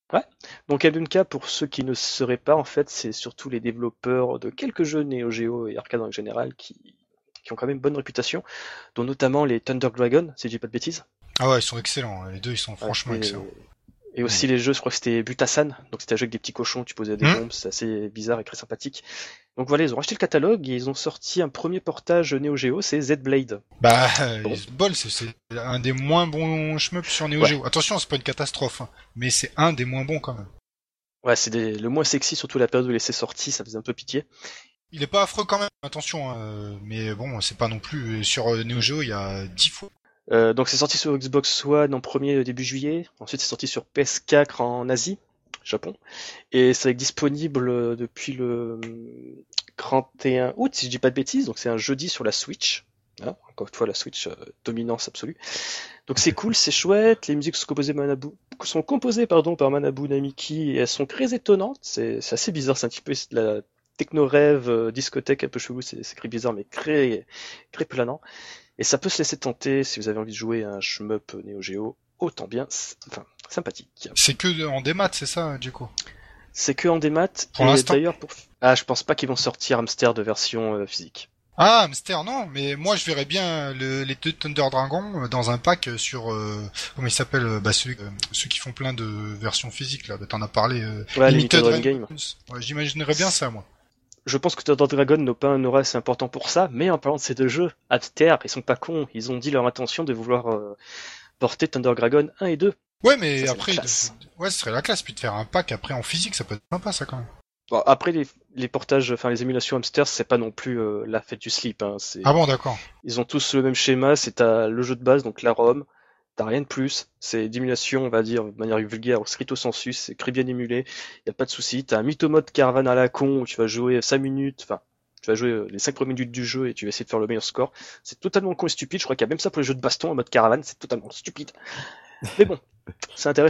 S1: Donc N M K, pour ceux qui ne sauraient pas, en fait, c'est surtout les développeurs de quelques jeux Neo Geo et arcade en général qui, qui ont quand même bonne réputation, dont notamment les Thunder Dragon, si je dis pas de bêtises.
S2: Ah ouais, ils sont excellents. Les deux, ils sont franchement
S1: et,
S2: excellents.
S1: et aussi les jeux, je crois que c'était Butasan, donc c'était un jeu avec des petits cochons, tu posais des
S2: Hmm.
S1: bombes, c'est assez bizarre et très sympathique. Donc voilà, ils ont racheté le catalogue et ils ont sorti un premier portage Neo Geo, c'est Z-Blade.
S2: Bah, euh,
S1: Bon.
S2: bol, c'est c'est un des moins bons shmups sur Neo
S1: Ouais.
S2: Geo. Attention, c'est pas une catastrophe, hein, mais c'est un des moins bons quand même.
S1: Ouais, c'est des- le moins sexy, surtout la période où il s'est sorti, ça faisait un peu pitié.
S2: Il est pas affreux quand même, attention, hein, euh, mais bon, c'est pas non plus sur euh, Neo Geo, il y a dix fois.
S1: Euh, donc c'est sorti sur Xbox One en premier euh, début juillet, ensuite c'est sorti sur P S quatre en Asie, Japon, et c'est disponible euh, depuis le euh, trente et un août, si je dis pas de bêtises, donc c'est un jeudi sur la Switch. Hein, encore une fois, la Switch, euh, dominance absolue. Donc c'est cool, c'est chouette, les musiques sont composées, Manabu, sont composées pardon, par Manabu Namiki, et elles sont très étonnantes, c'est c'est assez bizarre, c'est un petit peu de la techno-rêve, euh, discothèque un peu chelou, c'est c'est très bizarre, mais très, très planant. Et ça peut se laisser tenter si vous avez envie de jouer à un shmup Neo Geo, autant bien, s- enfin, sympathique.
S2: C'est que de- en démat, c'est ça, du coup.
S1: C'est que en démat,
S2: Pour
S1: et
S2: l'instant.
S1: d'ailleurs, pour... ah, je pense pas qu'ils vont sortir Hamster de version euh, physique.
S2: Ah, Hamster, non, mais moi je verrais bien le, les deux Thunder Dragon dans un pack sur euh, comment il s'appelle, euh, bah ceux, euh, ceux qui font plein de versions physiques là. Bah, t'en as parlé. Euh,
S1: Ouais,
S2: Limited
S1: Limited Run
S2: Run
S1: Game.
S2: Ouais, j'imaginerais bien ça, moi.
S1: Je pense que Thunder Dragon n'a pas un aura assez important pour ça, mais en parlant de ces deux jeux, Hamster, ils sont pas cons, ils ont dit leur intention de vouloir euh, porter Thunder Dragon un et deux.
S2: Ouais, mais
S1: Ça, c'est
S2: après,
S1: la classe.
S2: de- ouais, ce serait la classe, puis de faire un pack après en physique, ça peut être sympa, ça quand même.
S1: Bon, après, les, les portages, enfin les émulations Hamster, c'est pas non plus euh, la fête du slip. Hein, c'est...
S2: Ah bon, d'accord.
S1: Ils ont tous le même schéma, c'est t'as le jeu de base, donc la ROM, t'as rien de plus, c'est d'émulation, on va dire, de manière vulgaire, au stricto sensu, c'est très bien émulé, y a pas de souci, t'as un mythomode caravane à la con, où tu vas jouer cinq minutes, enfin, tu vas jouer euh, les cinq premières minutes du jeu et tu vas essayer de faire le meilleur score, c'est totalement con et stupide, je crois qu'il y a même ça pour les jeux de baston en mode caravane, c'est totalement stupide. Mais bon, c'est intéressant.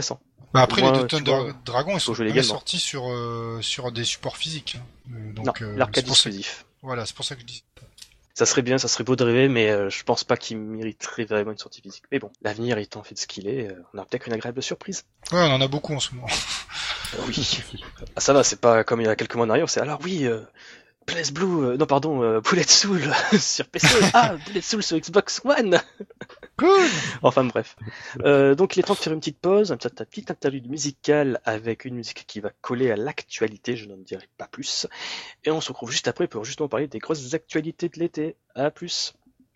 S2: Bah après,
S1: Moi,
S2: les deux
S1: tu
S2: Thunder
S1: vois,
S2: Dragon, ils
S1: faut
S2: sont
S1: jouer
S2: jamais
S1: légalement.
S2: sortis sur, euh, sur des supports physiques. Hein. Euh,
S1: Non,
S2: donc, euh,
S1: l'arcade
S2: c'est pour ça que-
S1: exclusif.
S2: Voilà, c'est pour ça que je dis.
S1: Ça serait bien, ça serait beau de rêver, mais euh, je pense pas qu'il mériterait vraiment une sortie physique. Mais bon, l'avenir étant fait de ce qu'il est, euh, on a peut-être une agréable surprise.
S2: Ouais, on en a beaucoup en ce moment.
S1: Oui. Ah, ça va, c'est pas comme il y a quelques mois en arrière, c'est alors oui, euh, Blaze Blue, euh, non pardon, euh, Bullet Soul sur P C. Ah, Bullet Soul sur Xbox One.
S2: Cool.
S1: Enfin bref. Euh, donc il est temps de faire une petite pause, un petit, un petit interlude musical avec une musique qui va coller à l'actualité, je n'en dirai pas plus. Et on se retrouve juste après pour justement parler des grosses actualités de l'été. À plus.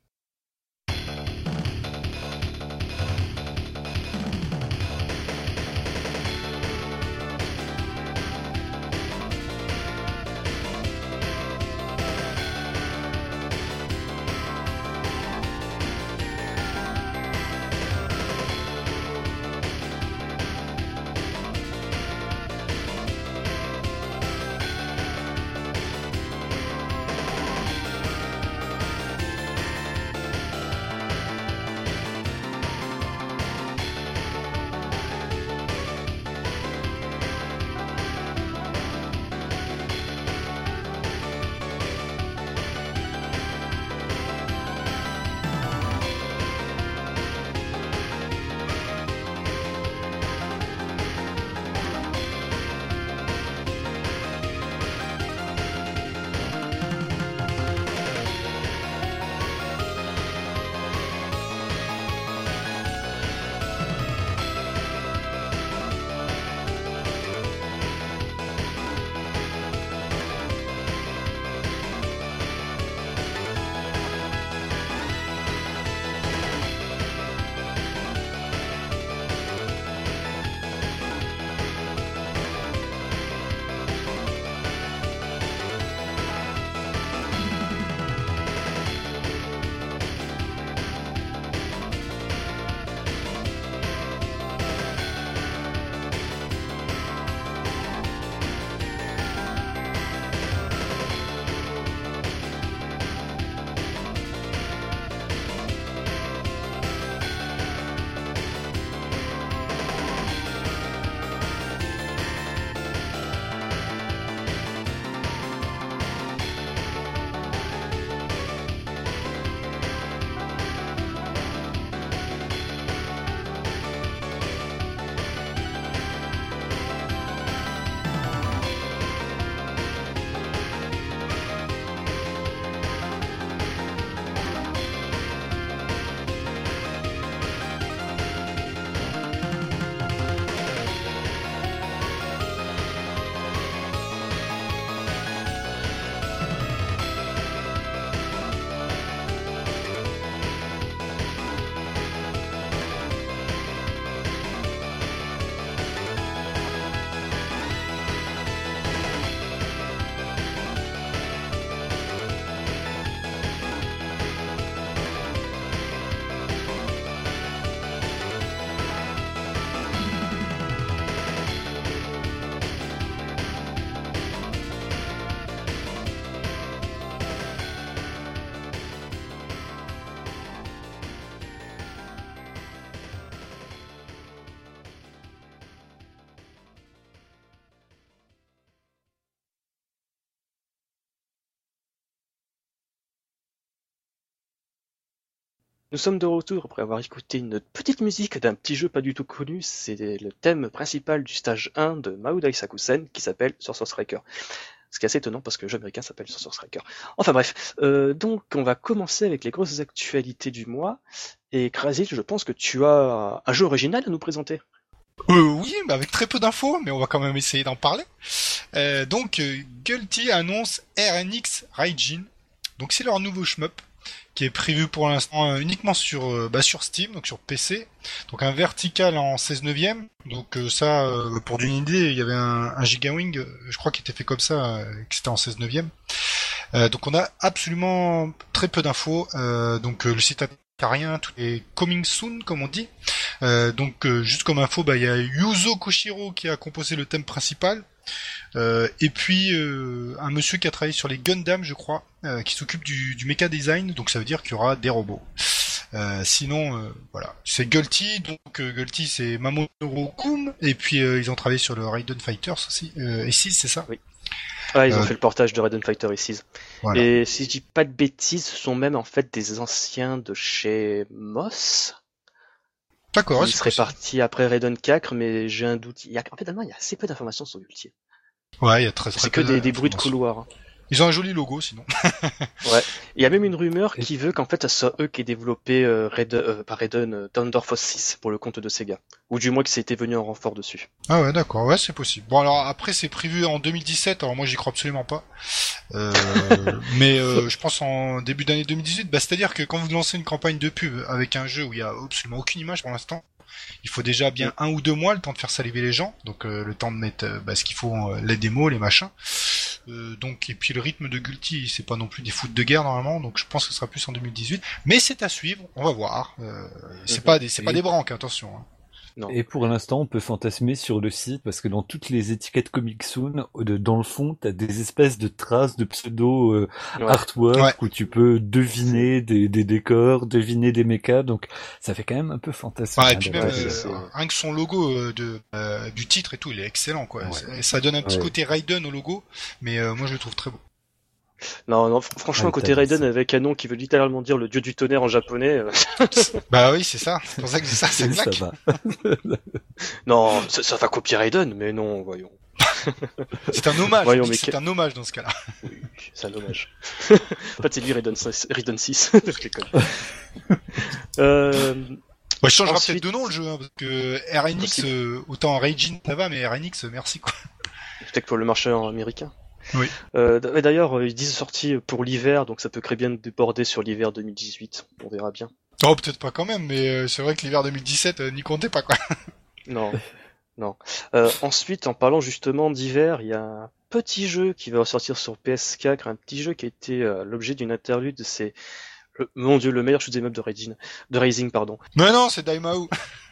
S1: Nous sommes de retour après avoir écouté une petite musique d'un petit jeu pas du tout connu. C'est le thème principal du stage un de Maoudai Sakusen qui s'appelle Sorcerer Striker. Ce qui est assez étonnant parce que le jeu américain s'appelle Sorcerer Striker. Enfin bref, euh, donc on va commencer avec les grosses actualités du mois. Et Krasil, je pense que tu as un jeu original à nous présenter.
S2: Euh, oui, mais avec très peu d'infos, mais on va quand même essayer d'en parler. Euh, donc, euh, Guilty annonce R N X Raijin. Donc c'est leur nouveau shmup qui est prévu pour l'instant euh, uniquement sur euh, bah, sur Steam, donc sur P C. Donc un vertical en seize neuvième. Donc euh, ça, euh, pour d'une idée, il y avait un, un Gigawing, euh, je crois, qui était fait comme ça, euh, qui c'était en seize neuvième. Euh, donc on a absolument très peu d'infos. Euh, donc euh, le site a rien, tout est coming soon, comme on dit. Euh, donc euh, juste comme info, bah il y a Yuzo Koshiro qui a composé le thème principal. Euh, et puis euh, un monsieur qui a travaillé sur les Gundam, je crois, euh, qui s'occupe du, du mecha design, donc ça veut dire qu'il y aura des robots. Euh, sinon, euh, voilà, c'est Gulty, donc euh, Gulty c'est Mamoru Kum, et puis euh, ils ont travaillé sur le Raiden Fighters aussi, euh, et six, c'est ça?
S1: Oui. Ah, ils ont
S2: Euh,
S1: fait le portage de Raiden Fighter ici.
S2: Voilà.
S1: Et si je dis pas de bêtises, ce sont même en fait des anciens de chez Moss
S2: D'accord, ouais,
S1: qui
S2: c'est
S1: seraient
S2: possible.
S1: partis après Raiden quatre, mais j'ai un doute. Il y a, en fait, il y a assez peu d'informations sur Gulty.
S2: Ouais, il y a très très
S1: C'est que
S2: peu
S1: des, des bruits de
S2: d'informations.
S1: couloir. hein.
S2: Ils ont un joli logo, sinon.
S1: Ouais. Il y a même une rumeur
S3: Et-
S1: qui veut qu'en fait, ce soit eux qui aient développé euh, Raiden, euh, pas Raiden, euh, Thunder Force six pour le compte de Sega. Ou du moins que c'était venu en renfort dessus.
S2: Ah ouais, d'accord, ouais, c'est possible. Bon, alors après, c'est prévu en deux mille dix-sept, alors moi j'y crois absolument pas. Euh, mais euh, je pense en début d'année deux mille dix-huit, bah, c'est-à-dire que quand vous lancez une campagne de pub avec un jeu où il y a absolument aucune image pour l'instant, il faut déjà bien un ou deux mois le temps de faire saliver les gens, donc euh, le temps de mettre euh, bah, ce qu'il faut, euh, les démos, les machins. Euh, donc et puis le rythme de Gulty, c'est pas non plus des foot de guerre normalement, donc je pense que ce sera plus en deux mille dix-huit. Mais c'est à suivre, on va voir. Euh, c'est
S1: Mhm.
S2: pas des, c'est pas
S3: Et-
S2: des branques, attention. Hein.
S1: Non.
S3: Et pour l'instant, on peut fantasmer sur le site parce que dans toutes les étiquettes Comic Soon, de- dans le fond, t'as des espèces de traces de pseudo euh,
S1: Ouais.
S3: artwork
S2: Ouais.
S3: où tu peux deviner des, des décors, deviner des mechas, donc ça fait quand même un peu fantasmer.
S2: Ouais, et
S3: hein,
S2: puis
S3: d'avoir
S2: même
S1: Ouais,
S3: des-
S1: c'est-
S2: euh,
S1: c'est-
S2: rien que son logo euh, de euh, du titre et tout, il est excellent quoi.
S3: Ouais.
S2: C'est- Ça donne un petit
S3: Ouais.
S2: côté Raiden au logo, mais euh, moi je le trouve très beau.
S1: Non, non, fr- franchement,
S3: Ouais,
S1: côté
S3: t'as
S1: Raiden
S3: raison.
S1: avec un nom qui veut littéralement dire le dieu du tonnerre en japonais, euh,
S2: Bah oui, c'est ça. C'est pour ça que ça, ça
S3: ça
S2: claque.
S3: va.
S1: non, ça, ça va copier Raiden, mais non, voyons.
S2: C'est un hommage.
S1: Voyons,
S2: on dit
S1: mais
S2: que c'est
S1: que-
S2: un hommage dans ce cas-là.
S1: Oui, c'est un dommage. en fait, c'est lui Raiden six. Raiden six. Je déconne. euh,
S2: Ouais, je changera
S1: Ensuite-
S2: peut-être de nom le jeu, hein, parce que R N X,
S1: Possible.
S2: euh, autant Raijin ça va, mais R N X, euh, merci quoi.
S1: Peut-être pour le marché américain.
S2: Oui.
S1: Euh, d- D'ailleurs, euh, ils disent sortie pour l'hiver, donc ça peut très bien déborder sur l'hiver deux mille dix-huit. On verra bien.
S2: Oh, peut-être pas quand même, mais euh, c'est vrai que l'hiver deux mille dix-sept, euh, n'y comptez pas quoi.
S1: Non, non. Euh, ensuite, en parlant justement d'hiver, il y a un petit jeu qui va ressortir sur P S quatre, un petit jeu qui a été euh, l'objet d'une interlude. C'est, le, mon Dieu, le meilleur shoot'em up de Rising, de Rising, pardon.
S2: Mais non, c'est Daimao.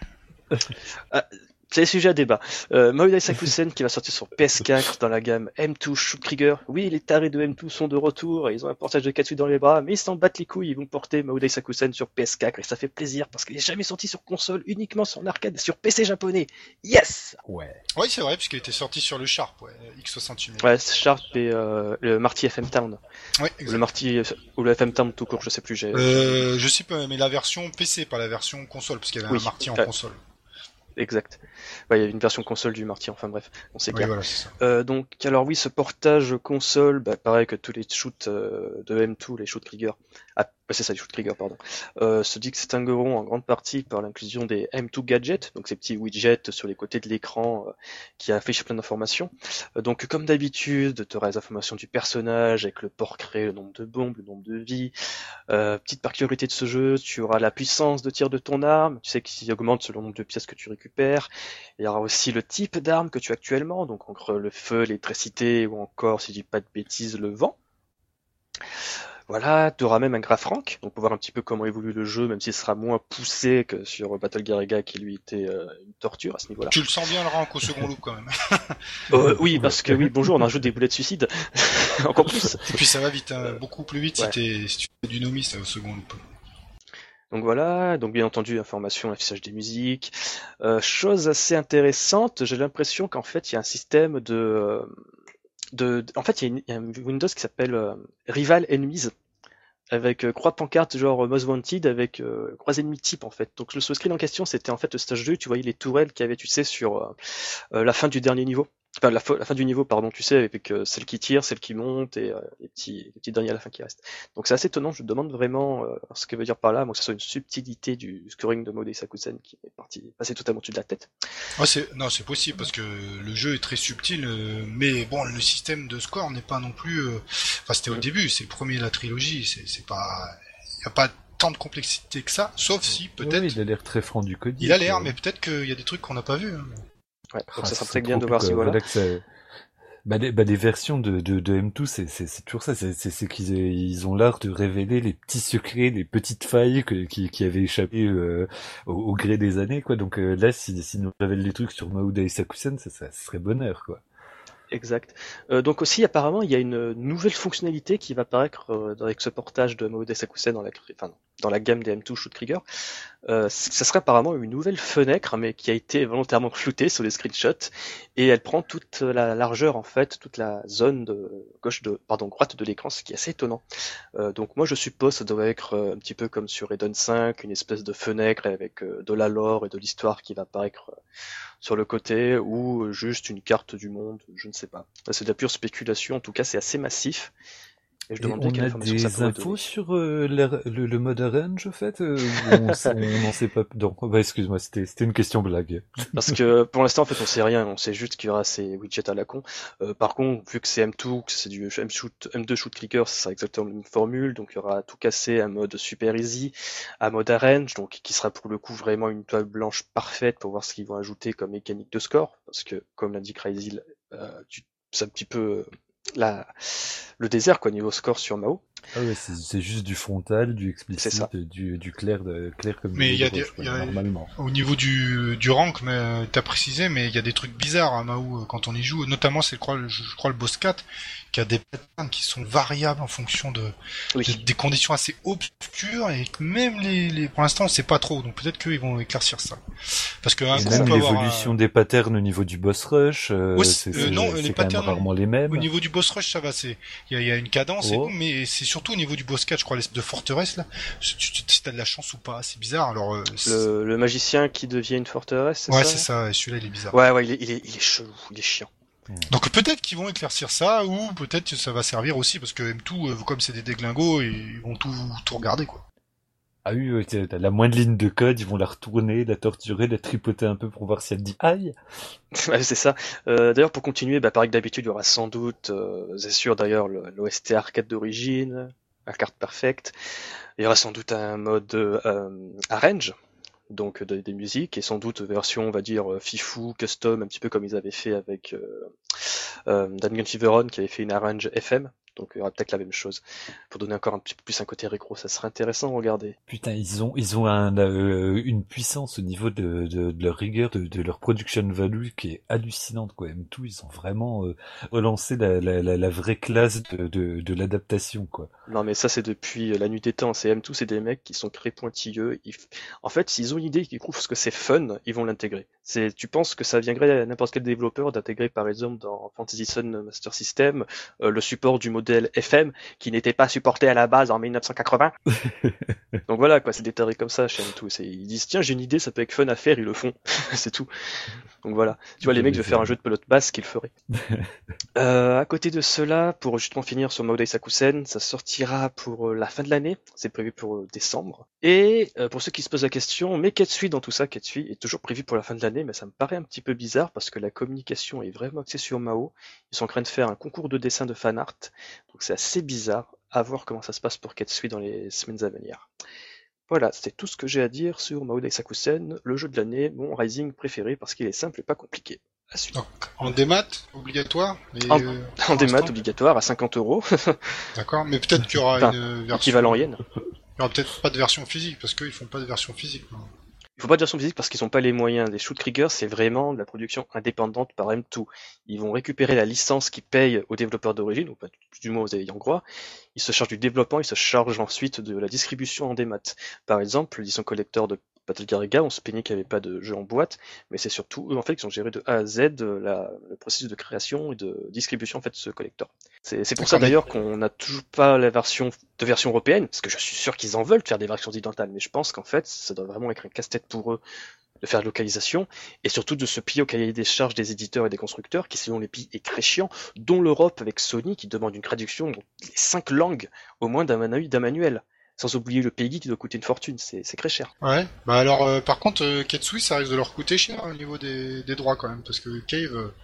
S1: C'est le sujet à débat. Euh, Maoda Sakusen qui va sortir sur P S quatre dans la gamme M deux Shoot Trigger. Oui, les tarés de M deux sont de retour, et ils ont un portage de Katsu dans les bras, mais ils s'en battent les couilles, ils vont porter Maoda Sakusen sur P S quatre, et ça fait plaisir parce qu'il est jamais sorti sur console, uniquement sur l'arcade et sur P C japonais. Yes!
S3: Ouais.
S2: Oui, c'est vrai, puisqu'il était sorti sur le Sharp, ouais, X soixante-huit.
S1: Ouais, c'est Sharp et euh, le Marty F M Town.
S2: Ouais,
S1: Ou
S2: exact.
S1: le Marty, ou le F M Town tout court, je sais plus, j'ai...
S2: Euh, je sais pas, mais la version P C, pas la version console, parce qu'il y avait
S1: Oui.
S2: un Marty en
S1: Ouais.
S2: console.
S1: Exact. Ouais, il y avait une version console du Marty, enfin bref, on sait
S2: Oui,
S1: bien.
S2: voilà, c'est ça.
S1: Euh, donc, alors oui, ce portage console, bah, pareil que tous les shoots euh, de M deux, les shoots Krieger, ah, c'est ça, les shoots Krieger, pardon, euh, se distingueront en grande partie par l'inclusion des M deux gadgets, donc ces petits widgets sur les côtés de l'écran euh, qui affichent plein d'informations. Euh, donc, comme d'habitude, tu auras les informations du personnage avec le portrait, le nombre de bombes, le nombre de vies. Euh, petite particularité de ce jeu, tu auras la puissance de tir de ton arme, tu sais qu'il augmente selon le nombre de pièces que tu récupères. Il y aura aussi le type d'arme que tu as actuellement, donc entre le feu, l'électricité ou encore, si je dis pas de bêtises, le vent. Voilà, tu auras même un graph rank, donc pour voir un petit peu comment évolue le jeu, même s'il sera moins poussé que sur Battle Garega qui lui était euh, une torture à ce niveau-là.
S2: Tu le sens bien le rank au second loop quand même.
S1: Euh, oui, parce que oui, bonjour, on a un jeu des boulettes suicides, encore plus.
S2: Et puis ça va vite, hein, beaucoup plus vite
S1: ouais.
S2: si, t'es, si tu fais du nomi, ça au second loop.
S1: Donc voilà, donc bien entendu, information, affichage des musiques. Euh, chose assez intéressante, j'ai l'impression qu'en fait, il y a un système de... euh, de, de- en fait, il y a, une, il y a un Windows qui s'appelle euh, Rival Enemies, avec euh, croix pancarte genre euh, Most Wanted, avec euh, croix ennemis type en fait. Donc le ce screen en question, c'était en fait le stage deux, tu voyais les tourelles qu'il y avait, tu sais, sur euh, euh, la fin du dernier niveau. Enfin, la, fa- la fin du niveau, pardon, tu sais, avec euh, celle qui tire, celle qui monte, et euh, les petits, les petits derniers à la fin qui restent. Donc c'est assez étonnant, je me demande vraiment euh, ce que veut dire par là, moi que ce soit une subtilité du scoring de Maodo Sakusen qui est parti, passé totalement au-dessus de la tête.
S2: Ah, c'est, non, c'est possible parce que le jeu est très subtil, euh, mais bon, le système de score n'est pas non plus. euh, Enfin, c'était au
S1: Mm.
S2: début, c'est le premier de la trilogie, c'est, c'est pas, il y a pas tant de complexité que ça, sauf si peut-être.
S3: Ouais, il a l'air très franc du code.
S2: Il a l'air, mais peut-être qu'il y a des trucs qu'on n'a pas vus. Hein.
S1: Ouais,
S3: Ah,
S1: donc ça
S3: c'est
S1: serait bien de
S3: trop
S1: voir
S3: cool,
S1: si
S3: quoi.
S1: voilà.
S3: Voilà que ça- Bah, des, bah, des versions de, de, de M deux, c'est, c'est, c'est toujours ça. C'est, c'est, c'est qu'ils ils ont l'art de révéler les petits secrets, les petites failles que, qui, qui avaient échappé euh, au, au gré des années, quoi. Donc euh, là, s'ils si, si nous révèlent des trucs sur Maouda et Sakusen, ça, ça serait bonheur, quoi.
S1: Exact. Euh, donc aussi, apparemment, il y a une nouvelle fonctionnalité qui va apparaître euh, avec ce portage de Maodo Sakusen dans la, enfin, dans la gamme des M deux Shoot Trigger. Euh, ça serait apparemment une nouvelle fenêtre, mais qui a été volontairement floutée sur les screenshots, et elle prend toute la largeur en fait, toute la zone de gauche de, pardon, droite de l'écran, ce qui est assez étonnant. Euh, donc moi je suppose que ça doit être euh, un petit peu comme sur Eden cinq, une espèce de fenêtre avec euh, de la lore et de l'histoire qui va apparaître euh, sur le côté, ou juste une carte du monde, je ne sais pas. C'est de la pure spéculation, en tout cas c'est assez massif.
S3: Et je et on a des infos sur euh, le, le, le mode range, en fait, euh, on n'en sait pas. Donc, bah, excuse-moi, c'était, c'était une question blague.
S1: Parce que pour l'instant, en fait, on sait rien. On sait juste qu'il y aura ces widgets à la con. Euh, par contre, vu que c'est M deux, que c'est du M, shoot, M deux Shoot Trigger, ça sera exactement la même formule. Donc, il y aura tout cassé, un mode super easy, un mode range, donc qui sera pour le coup vraiment une toile blanche parfaite pour voir ce qu'ils vont ajouter comme mécanique de score. Parce que, comme l'a dit Crazy, euh, c'est un petit peu la, le désert, quoi, niveau score sur Mao.
S3: Ah ouais, c'est, c'est juste du frontal, du explicite, du, du clair, de, clair comme
S2: mais il y a des, y a, normalement. Au niveau du, du rank, mais t'as précisé, mais il y a des trucs bizarres à Mao quand on y joue. Notamment, c'est, je crois, le, je crois, le boss quatre, qui a des patterns qui sont variables en fonction de, oui. de des conditions assez obscures, et que même les, les, pour l'instant, on sait pas trop. Donc peut-être qu'ils vont éclaircir ça. Parce que, un
S3: coup, même l'évolution un... des patterns au niveau du boss rush, euh,
S2: ouais,
S3: c'est,
S2: euh, non,
S3: c'est
S2: les
S3: quand
S2: patterns,
S3: même rarement les mêmes.
S2: Au niveau du boss rush, ça va, c'est, il y a, y a une cadence,
S3: oh.
S2: et tout, mais c'est surtout au niveau du boss quatre, je crois, de forteresse, là, si t'as de la chance ou pas, c'est bizarre. Alors, euh, c'est...
S1: Le, le magicien qui devient une forteresse, c'est
S2: ouais,
S1: ça?
S2: Ouais, c'est ça, et celui-là, il est bizarre.
S1: Ouais, ouais, il est, il est, il est chelou, il est chiant.
S2: Donc peut-être qu'ils vont éclaircir ça, ou peut-être que ça va servir aussi, parce que M deux, euh, comme c'est des déglingos, ils vont tout, tout regarder, quoi.
S3: Ah oui, t'as la moindre ligne de code, ils vont la retourner, la torturer, la tripoter un peu pour voir si elle dit aïe.
S1: Ouais, c'est ça. Euh, d'ailleurs, pour continuer, bah, pareil que d'habitude, il y aura sans doute, euh, c'est sûr d'ailleurs, le, l'O S T arcade d'origine, la carte perfecte. Il y aura sans doute un mode euh, arrange, donc de, des musiques, et sans doute version, on va dire, fifou, custom, un petit peu comme ils avaient fait avec euh, euh, Dangan Feveron, qui avait fait une arrange F M. Donc il y aura peut-être la même chose. Pour donner encore un petit peu plus un côté rétro, ça serait intéressant à regarder.
S3: Putain, ils ont ils ont un, euh, une puissance au niveau de, de, de leur rigueur, de, de leur production value qui est hallucinante, quoi. M deux, ils ont vraiment euh, relancé la, la, la, la vraie classe de, de, de l'adaptation, quoi.
S1: Non mais ça c'est depuis la nuit des temps. C'est M deux, c'est des mecs qui sont très pointilleux. Ils... En fait, s'ils ont une idée, qu'ils trouvent que c'est fun, ils vont l'intégrer. C'est, tu penses que ça viendrait à n'importe quel développeur d'intégrer par exemple dans Fantasy Zone Master System euh, le support du modèle F M qui n'était pas supporté à la base en dix-neuf cent quatre-vingts. Donc voilà quoi, c'est des tarés comme ça chez M deux. C'est, ils disent tiens j'ai une idée, ça peut être fun à faire, ils le font. C'est tout. Donc voilà. Tu vois les mecs veulent faire un jeu de pelote basse qu'ils feraient. euh, à côté de cela, pour justement finir sur Mao Daisakusen, ça sortira pour la fin de l'année. C'est prévu pour décembre. Et euh, pour ceux qui se posent la question, mais Ketsui dans tout ça, Ketsui est toujours prévu pour la fin de l'année, mais ça me paraît un petit peu bizarre parce que la communication est vraiment axée sur Mao. Ils sont en train de faire un concours de dessin de fan art, donc c'est assez bizarre. À voir comment ça se passe pour Ketsui dans les semaines à venir. Voilà, c'était tout ce que j'ai à dire sur Mao Daisakusen, le jeu de l'année, mon Rising préféré parce qu'il est simple et pas compliqué. À suivre.
S2: Donc, en démat, obligatoire mais
S1: En,
S2: euh,
S1: en démat, obligatoire, à cinquante euros.
S2: D'accord, mais peut-être qu'il y aura
S1: enfin,
S2: une version...
S1: équivalent yen.
S2: Il y aura peut-être pas de version physique, parce qu'ils font pas de version physique. Non.
S1: Il faut pas de version physique parce qu'ils n'ont pas les moyens. Les Shoot Trigger, c'est vraiment de la production indépendante par M deux. Ils vont récupérer la licence qu'ils payent aux développeurs d'origine, ou pas du moins aux ayants droit. Ils se chargent du développement, ils se chargent ensuite de la distribution en démat. Par exemple, l'édition collector de Battle Gariga, on se plaignait qu'il n'y avait pas de jeu en boîte, mais c'est surtout eux en fait qui ont géré de A à Z la, le processus de création et de distribution en fait de ce collector. C'est, c'est pour ça d'ailleurs qu'on n'a toujours pas la version de version européenne, parce que je suis sûr qu'ils en veulent de faire des versions occidentales, mais je pense qu'en fait ça doit vraiment être un casse-tête pour eux de faire de localisation, et surtout de se plier au cahier des charges des éditeurs et des constructeurs, qui selon les pays est très chiant, dont l'Europe avec Sony qui demande une traduction dans les cinq langues au moins d'un, d'un manuel. Sans oublier le P E G I qui doit coûter une fortune, c'est, c'est très cher.
S2: Ouais, bah alors euh, par contre, euh, Ketsui, ça risque de leur coûter cher au niveau des, des droits quand même, parce que Cave, euh,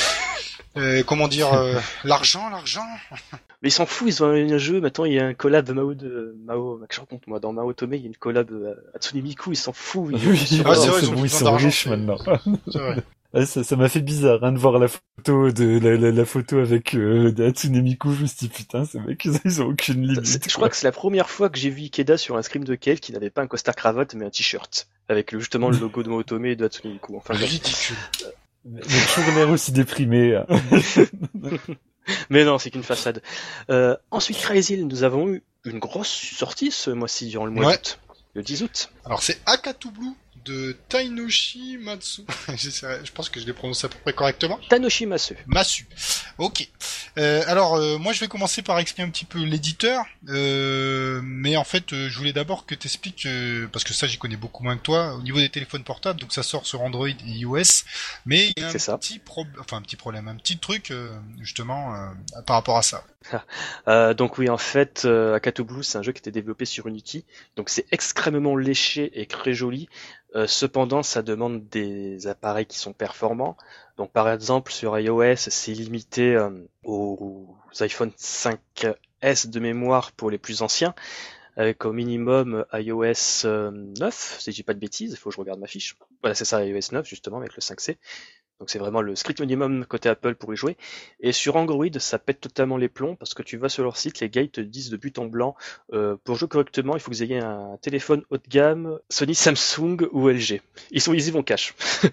S2: euh, comment dire, euh, l'argent, l'argent.
S1: Mais ils s'en foutent, ils ont un jeu, maintenant il y a un collab Mao de Mao, je raconte moi, dans Mao Tome, il y a une collab euh, Hatsune Miku, ils s'en foutent. Ils
S3: oui, ah, c'est vrai, ils, ont ils sont riches maintenant. C'est vrai. Ah, ça, ça m'a fait bizarre hein, de voir la photo de la, la, la photo avec euh, de Hatsune Miku. Je me suis dit putain, ces mecs ils, ils ont aucune limite.
S1: C'est, je crois que c'est la première fois que j'ai vu Ikeda sur un scrim de Cave qui n'avait pas un costard cravate mais un t-shirt avec le, justement le logo de Motome et de Hatsune Miku. Enfin,
S2: ridicule.
S3: Mais il a toujours l'air aussi déprimé. Hein.
S1: Mais non, c'est qu'une façade. Euh, ensuite, Crazy, nous avons eu une grosse sortie ce mois-ci durant le mois
S2: Ouais.
S1: d'août, le dix août.
S2: Alors c'est Akatu Blue de Tainoshi Matsu. J'essaierai- je pense que je l'ai prononcé à peu près correctement.
S1: Tanoshi Masu.
S2: Masu. Ok. Euh, alors euh, moi je vais commencer par expliquer un petit peu l'éditeur, euh, mais en fait euh, je voulais d'abord que t'expliques euh, parce que ça j'y connais beaucoup moins que toi au niveau des téléphones portables, donc ça sort sur Android et iOS, mais il y a un
S1: C'est ça.
S2: petit problème, enfin un petit problème, un petit truc euh, justement euh, par rapport à ça.
S1: Euh, donc oui, en fait, euh, Akatu Blue, c'est un jeu qui était développé sur Unity, donc c'est extrêmement léché et très joli. Euh, cependant, ça demande des appareils qui sont performants. Donc par exemple, sur iOS, c'est limité euh, aux iPhone cinq S de mémoire pour les plus anciens, avec au minimum iOS euh, neuf, si je dis pas de bêtises, il faut que je regarde ma fiche. Voilà, c'est ça, iOS neuf justement, avec le cinq C. Donc c'est vraiment le strict minimum côté Apple pour y jouer. Et sur Android, ça pète totalement les plombs parce que tu vas sur leur site, les gars ils te disent de but en blanc, euh, pour jouer correctement, il faut que vous ayez un téléphone haut de gamme, Sony, Samsung ou L G. Ils sont ils y vont cash.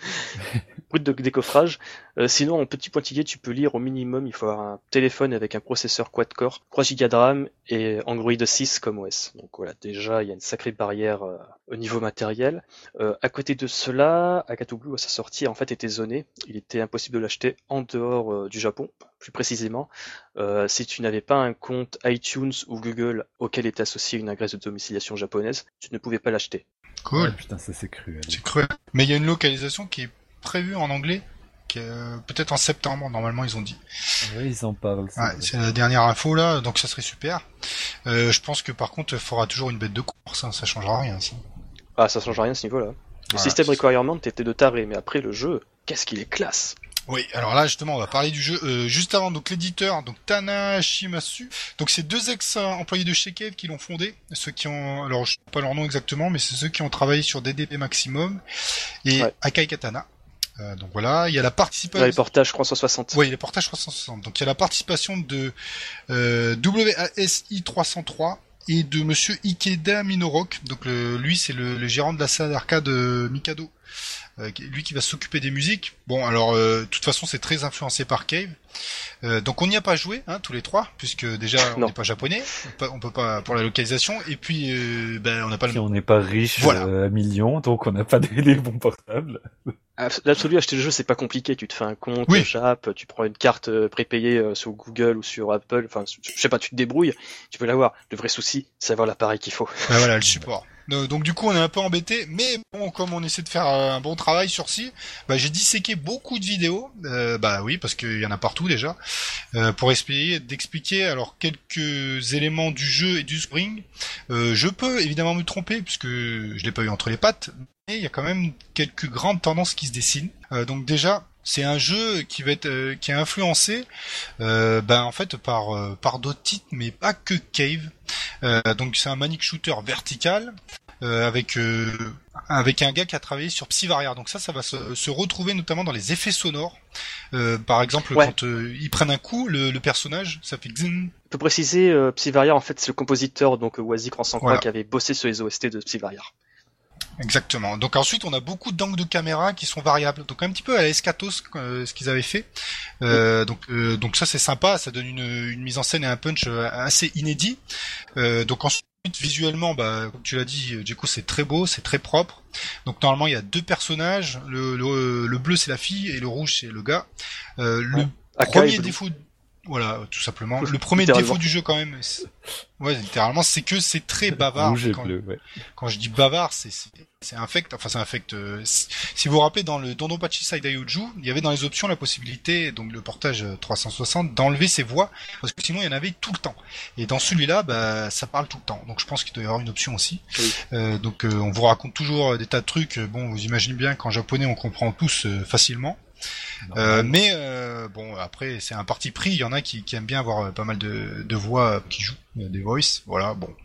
S1: Brut de décoffrage. Euh, sinon, en petit pointillé, tu peux lire au minimum, il faut avoir un téléphone avec un processeur quad-core, trois gigas de RAM et Android six comme O S. Donc voilà, déjà il y a une sacrée barrière euh, au niveau matériel. Euh, à côté de cela, Akatu Blue à sa sortie en fait était zoné. Il était impossible de l'acheter en dehors euh, du Japon, plus précisément. Euh, si tu n'avais pas un compte iTunes ou Google auquel était associée une adresse de domiciliation japonaise, tu ne pouvais pas l'acheter.
S2: Cool.
S3: Ouais, putain, ça c'est cruel.
S2: C'est cruel. Mais il y a une localisation qui est prévue en anglais, qui est, euh, peut-être en septembre normalement ils ont dit.
S3: Ouais, ils en parlent. c'est
S2: Ouais,
S3: vrai.
S2: c'est la dernière info là, donc ça serait super. Euh, je pense que par contre il faudra toujours une bête de course, hein, ça changera rien. Ça.
S1: Ah, ça change rien à ce niveau-là. Le
S2: Voilà,
S1: système
S2: c'est ça.
S1: requirement était de taré, mais après le jeu, qu'est-ce qu'il est classe!
S2: Oui, alors là justement on va parler du jeu. Euh, juste avant, donc l'éditeur, donc Tana Shimasu, donc c'est deux ex-employés de chez Cave qui l'ont fondé, ceux qui ont, alors je sais pas leur nom exactement, mais c'est ceux qui ont travaillé sur D D P Maximum et
S1: Ouais.
S2: Akai Katana. Euh, donc voilà, il y a la
S1: Là,
S2: participation.
S1: les portages trois cent soixante.
S2: Oui, les portages trois cent soixante. Donc il y a la participation de euh, W A S I trois cent trois et de Monsieur Ikeda Minorock. Donc le, lui c'est le, le gérant de la salle d'arcade euh, Mikado. Euh, lui qui va s'occuper des musiques. Bon, alors, euh, de toute façon, c'est très influencé par Cave. Euh, donc, on n'y a pas joué, hein, tous les trois, puisque déjà, on
S1: Non.
S2: n'est pas japonais, on peut, on peut pas pour la localisation, et puis, euh, ben, on n'a pas
S3: Puis
S2: le.
S3: on n'est pas riche
S2: Voilà.
S3: euh, à millions, donc on n'a pas des, des bons portables.
S1: L'absolu, acheter le jeu, c'est pas compliqué. Tu te fais un compte
S2: Oui.
S1: Jap, tu prends une carte euh, prépayée euh, sur Google ou sur Apple. Enfin, je sais pas, tu te débrouilles, tu peux l'avoir. Le vrai souci, c'est avoir l'appareil qu'il faut.
S2: Ben voilà, le support. Euh, Donc du coup on est un peu embêté, mais bon, comme on essaie de faire euh, un bon travail sur ci, bah, j'ai disséqué beaucoup de vidéos, euh, bah oui parce qu'il y en a partout déjà, euh, pour expliquer, d'expliquer alors quelques éléments du jeu et du spring. Euh, je peux évidemment me tromper puisque je l'ai pas eu entre les pattes, mais il y a quand même quelques grandes tendances qui se dessinent. Euh, donc déjà c'est un jeu qui va être euh, qui est influencé, euh, ben en fait par euh, par d'autres titres, mais pas que Cave. Euh, donc c'est un manic shooter vertical euh, avec euh, avec un gars qui a travaillé sur Psyvaria. Donc ça, ça va se, se retrouver notamment dans les effets sonores. Euh, par exemple,
S1: Ouais.
S2: quand euh, ils prennent un coup, le, le personnage, ça fait xing.
S1: Je peux préciser, euh, Psyvaria, en fait, c'est le compositeur, donc Wazik Ransancroix,
S2: Voilà.
S1: qui avait bossé sur les O S T de Psyvaria.
S2: Exactement. Donc ensuite, on a beaucoup d'angles de caméra qui sont variables. Donc un petit peu à la Escatos, euh, ce qu'ils avaient fait. Euh, donc euh, donc ça c'est sympa, ça donne une, une mise en scène et un punch euh, assez inédit. Euh, donc ensuite visuellement, bah comme tu l'as dit, Djeko, c'est très beau, c'est très propre. Donc normalement il y a deux personnages. Le le, le bleu c'est la fille et le rouge c'est le gars. Euh, le
S1: Ouais. Aka
S2: premier
S1: et Blue.
S2: défaut, voilà, tout simplement.
S1: Tout-
S2: Le premier
S1: littéralement.
S2: défaut du jeu quand même, c'est- ouais littéralement, c'est que c'est très bavard.
S3: Rouge et
S2: Quand-
S3: bleu, ouais.
S2: quand je dis bavard, c'est c'est c'est infect, enfin c'est infect. Euh, si si vous vous rappelez dans le Dondopachi Saidaiuju, il y avait dans les options la possibilité, donc le portage euh, trois cent soixante, d'enlever ses voix parce que sinon il y en avait tout le temps. Et dans celui-là, bah ça parle tout le temps. Donc je pense qu'il doit y avoir une option aussi.
S1: Oui.
S2: Euh, donc euh, on vous raconte toujours des tas de trucs. Bon, vous imaginez bien qu'en japonais on comprend tous euh, facilement. Euh, mais euh, bon, après c'est un parti pris. Il y en a qui, qui aiment bien avoir euh, pas mal de, de voix euh, qui jouent, euh, des voices. Voilà, bon.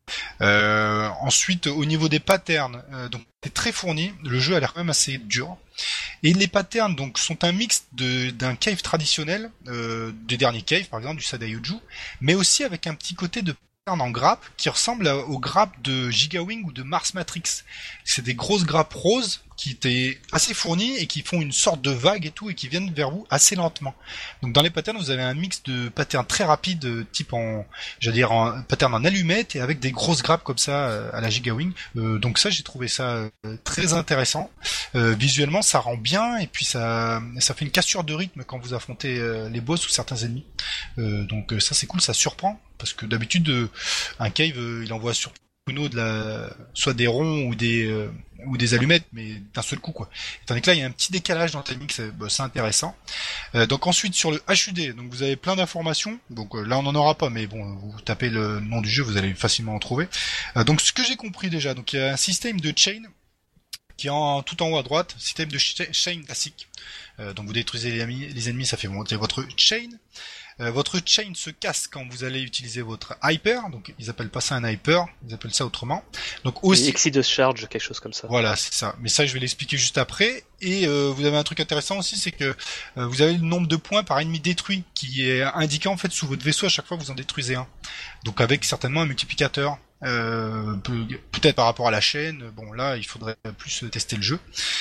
S2: Euh, ensuite, au niveau des patterns, euh, donc c'est très fourni. Le jeu a l'air quand même assez dur. Et les patterns donc sont un mix de d'un cave traditionnel, euh, des derniers caves par exemple du Sadaiuju, mais aussi avec un petit côté de en grappes qui ressemblent à- aux grappes de Gigawing ou de Mars Matrix. C'est des grosses grappes roses qui étaient assez fournies et qui font une sorte de vague et tout et qui viennent vers vous assez lentement. Donc dans les patterns, vous avez un mix de patterns très rapides, euh, type en, j'allais dire en pattern en allumette et avec des grosses grappes comme ça euh, à la Gigawing. Euh, donc ça, j'ai trouvé ça euh, très intéressant. Euh, visuellement, ça rend bien et puis ça, ça fait une cassure de rythme quand vous affrontez euh, les boss ou certains ennemis. Euh, donc euh, ça, c'est cool, ça surprend parce que d'habitude, euh, un cave, euh, il envoie sur Kuno de la, soit des ronds ou des euh, ou des allumettes, mais d'un seul coup quoi. Tandis que là, il y a un petit décalage dans le timing, c'est, bah, c'est intéressant. Euh, donc ensuite sur le H U D, donc vous avez plein d'informations. Donc euh, là, on n'en aura pas, mais bon, vous tapez le nom du jeu, vous allez facilement en trouver. Euh, donc ce que j'ai compris déjà, donc il y a un système de chain qui est en, tout en haut à droite, système de ch- chain classique. Euh, donc vous détruisez les ennemis, les ennemis, ça fait monter votre chain. Euh, votre chain se casse quand vous allez utiliser votre hyper, donc ils appellent pas ça un hyper, ils appellent ça autrement. Donc aussi,
S1: Exit de charge, quelque chose comme ça.
S2: voilà, c'est ça. Mais ça, je vais l'expliquer juste après. Et euh, vous avez un truc intéressant aussi, c'est que euh, vous avez le nombre de points par ennemi détruit qui est indiqué en fait sous votre vaisseau à chaque fois que vous en détruisez un. Donc avec certainement un multiplicateur. Euh, peut- peut-être par rapport à la chaîne. Bon, là, il faudrait plus tester le jeu.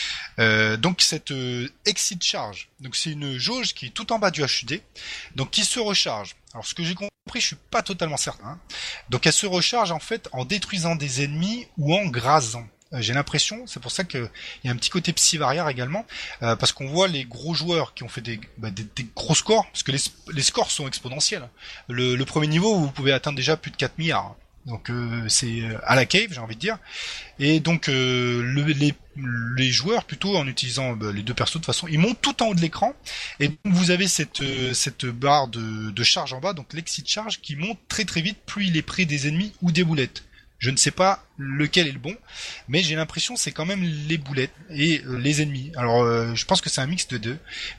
S2: Euh, donc cette euh, exit charge, donc c'est une jauge qui est tout en bas du H U D, donc qui se recharge. Alors ce que j'ai compris, je suis pas totalement certain. Hein. Donc elle se recharge en fait en détruisant des ennemis ou en grasant. Euh, j'ai l'impression, c'est pour ça qu'il y a un petit côté psy-variar également, euh, parce qu'on voit les gros joueurs qui ont fait des, bah, des, des gros scores, parce que les, les scores sont exponentiels. Le, le premier niveau, vous pouvez atteindre déjà plus de quatre milliards. Donc euh, c'est à la cave, j'ai envie de dire. Et donc euh, le, les, les joueurs, plutôt en utilisant bah, les deux persos de toute façon, ils montent tout en haut de l'écran. Et donc vous avez cette, euh, cette barre de, de charge en bas, donc l'exit charge, qui monte très très vite plus il est près des ennemis ou des boulettes. Je ne sais pas lequel est le bon, mais j'ai l'impression que c'est quand même les boulettes et euh, les ennemis. Alors euh, je pense que c'est un mix de deux.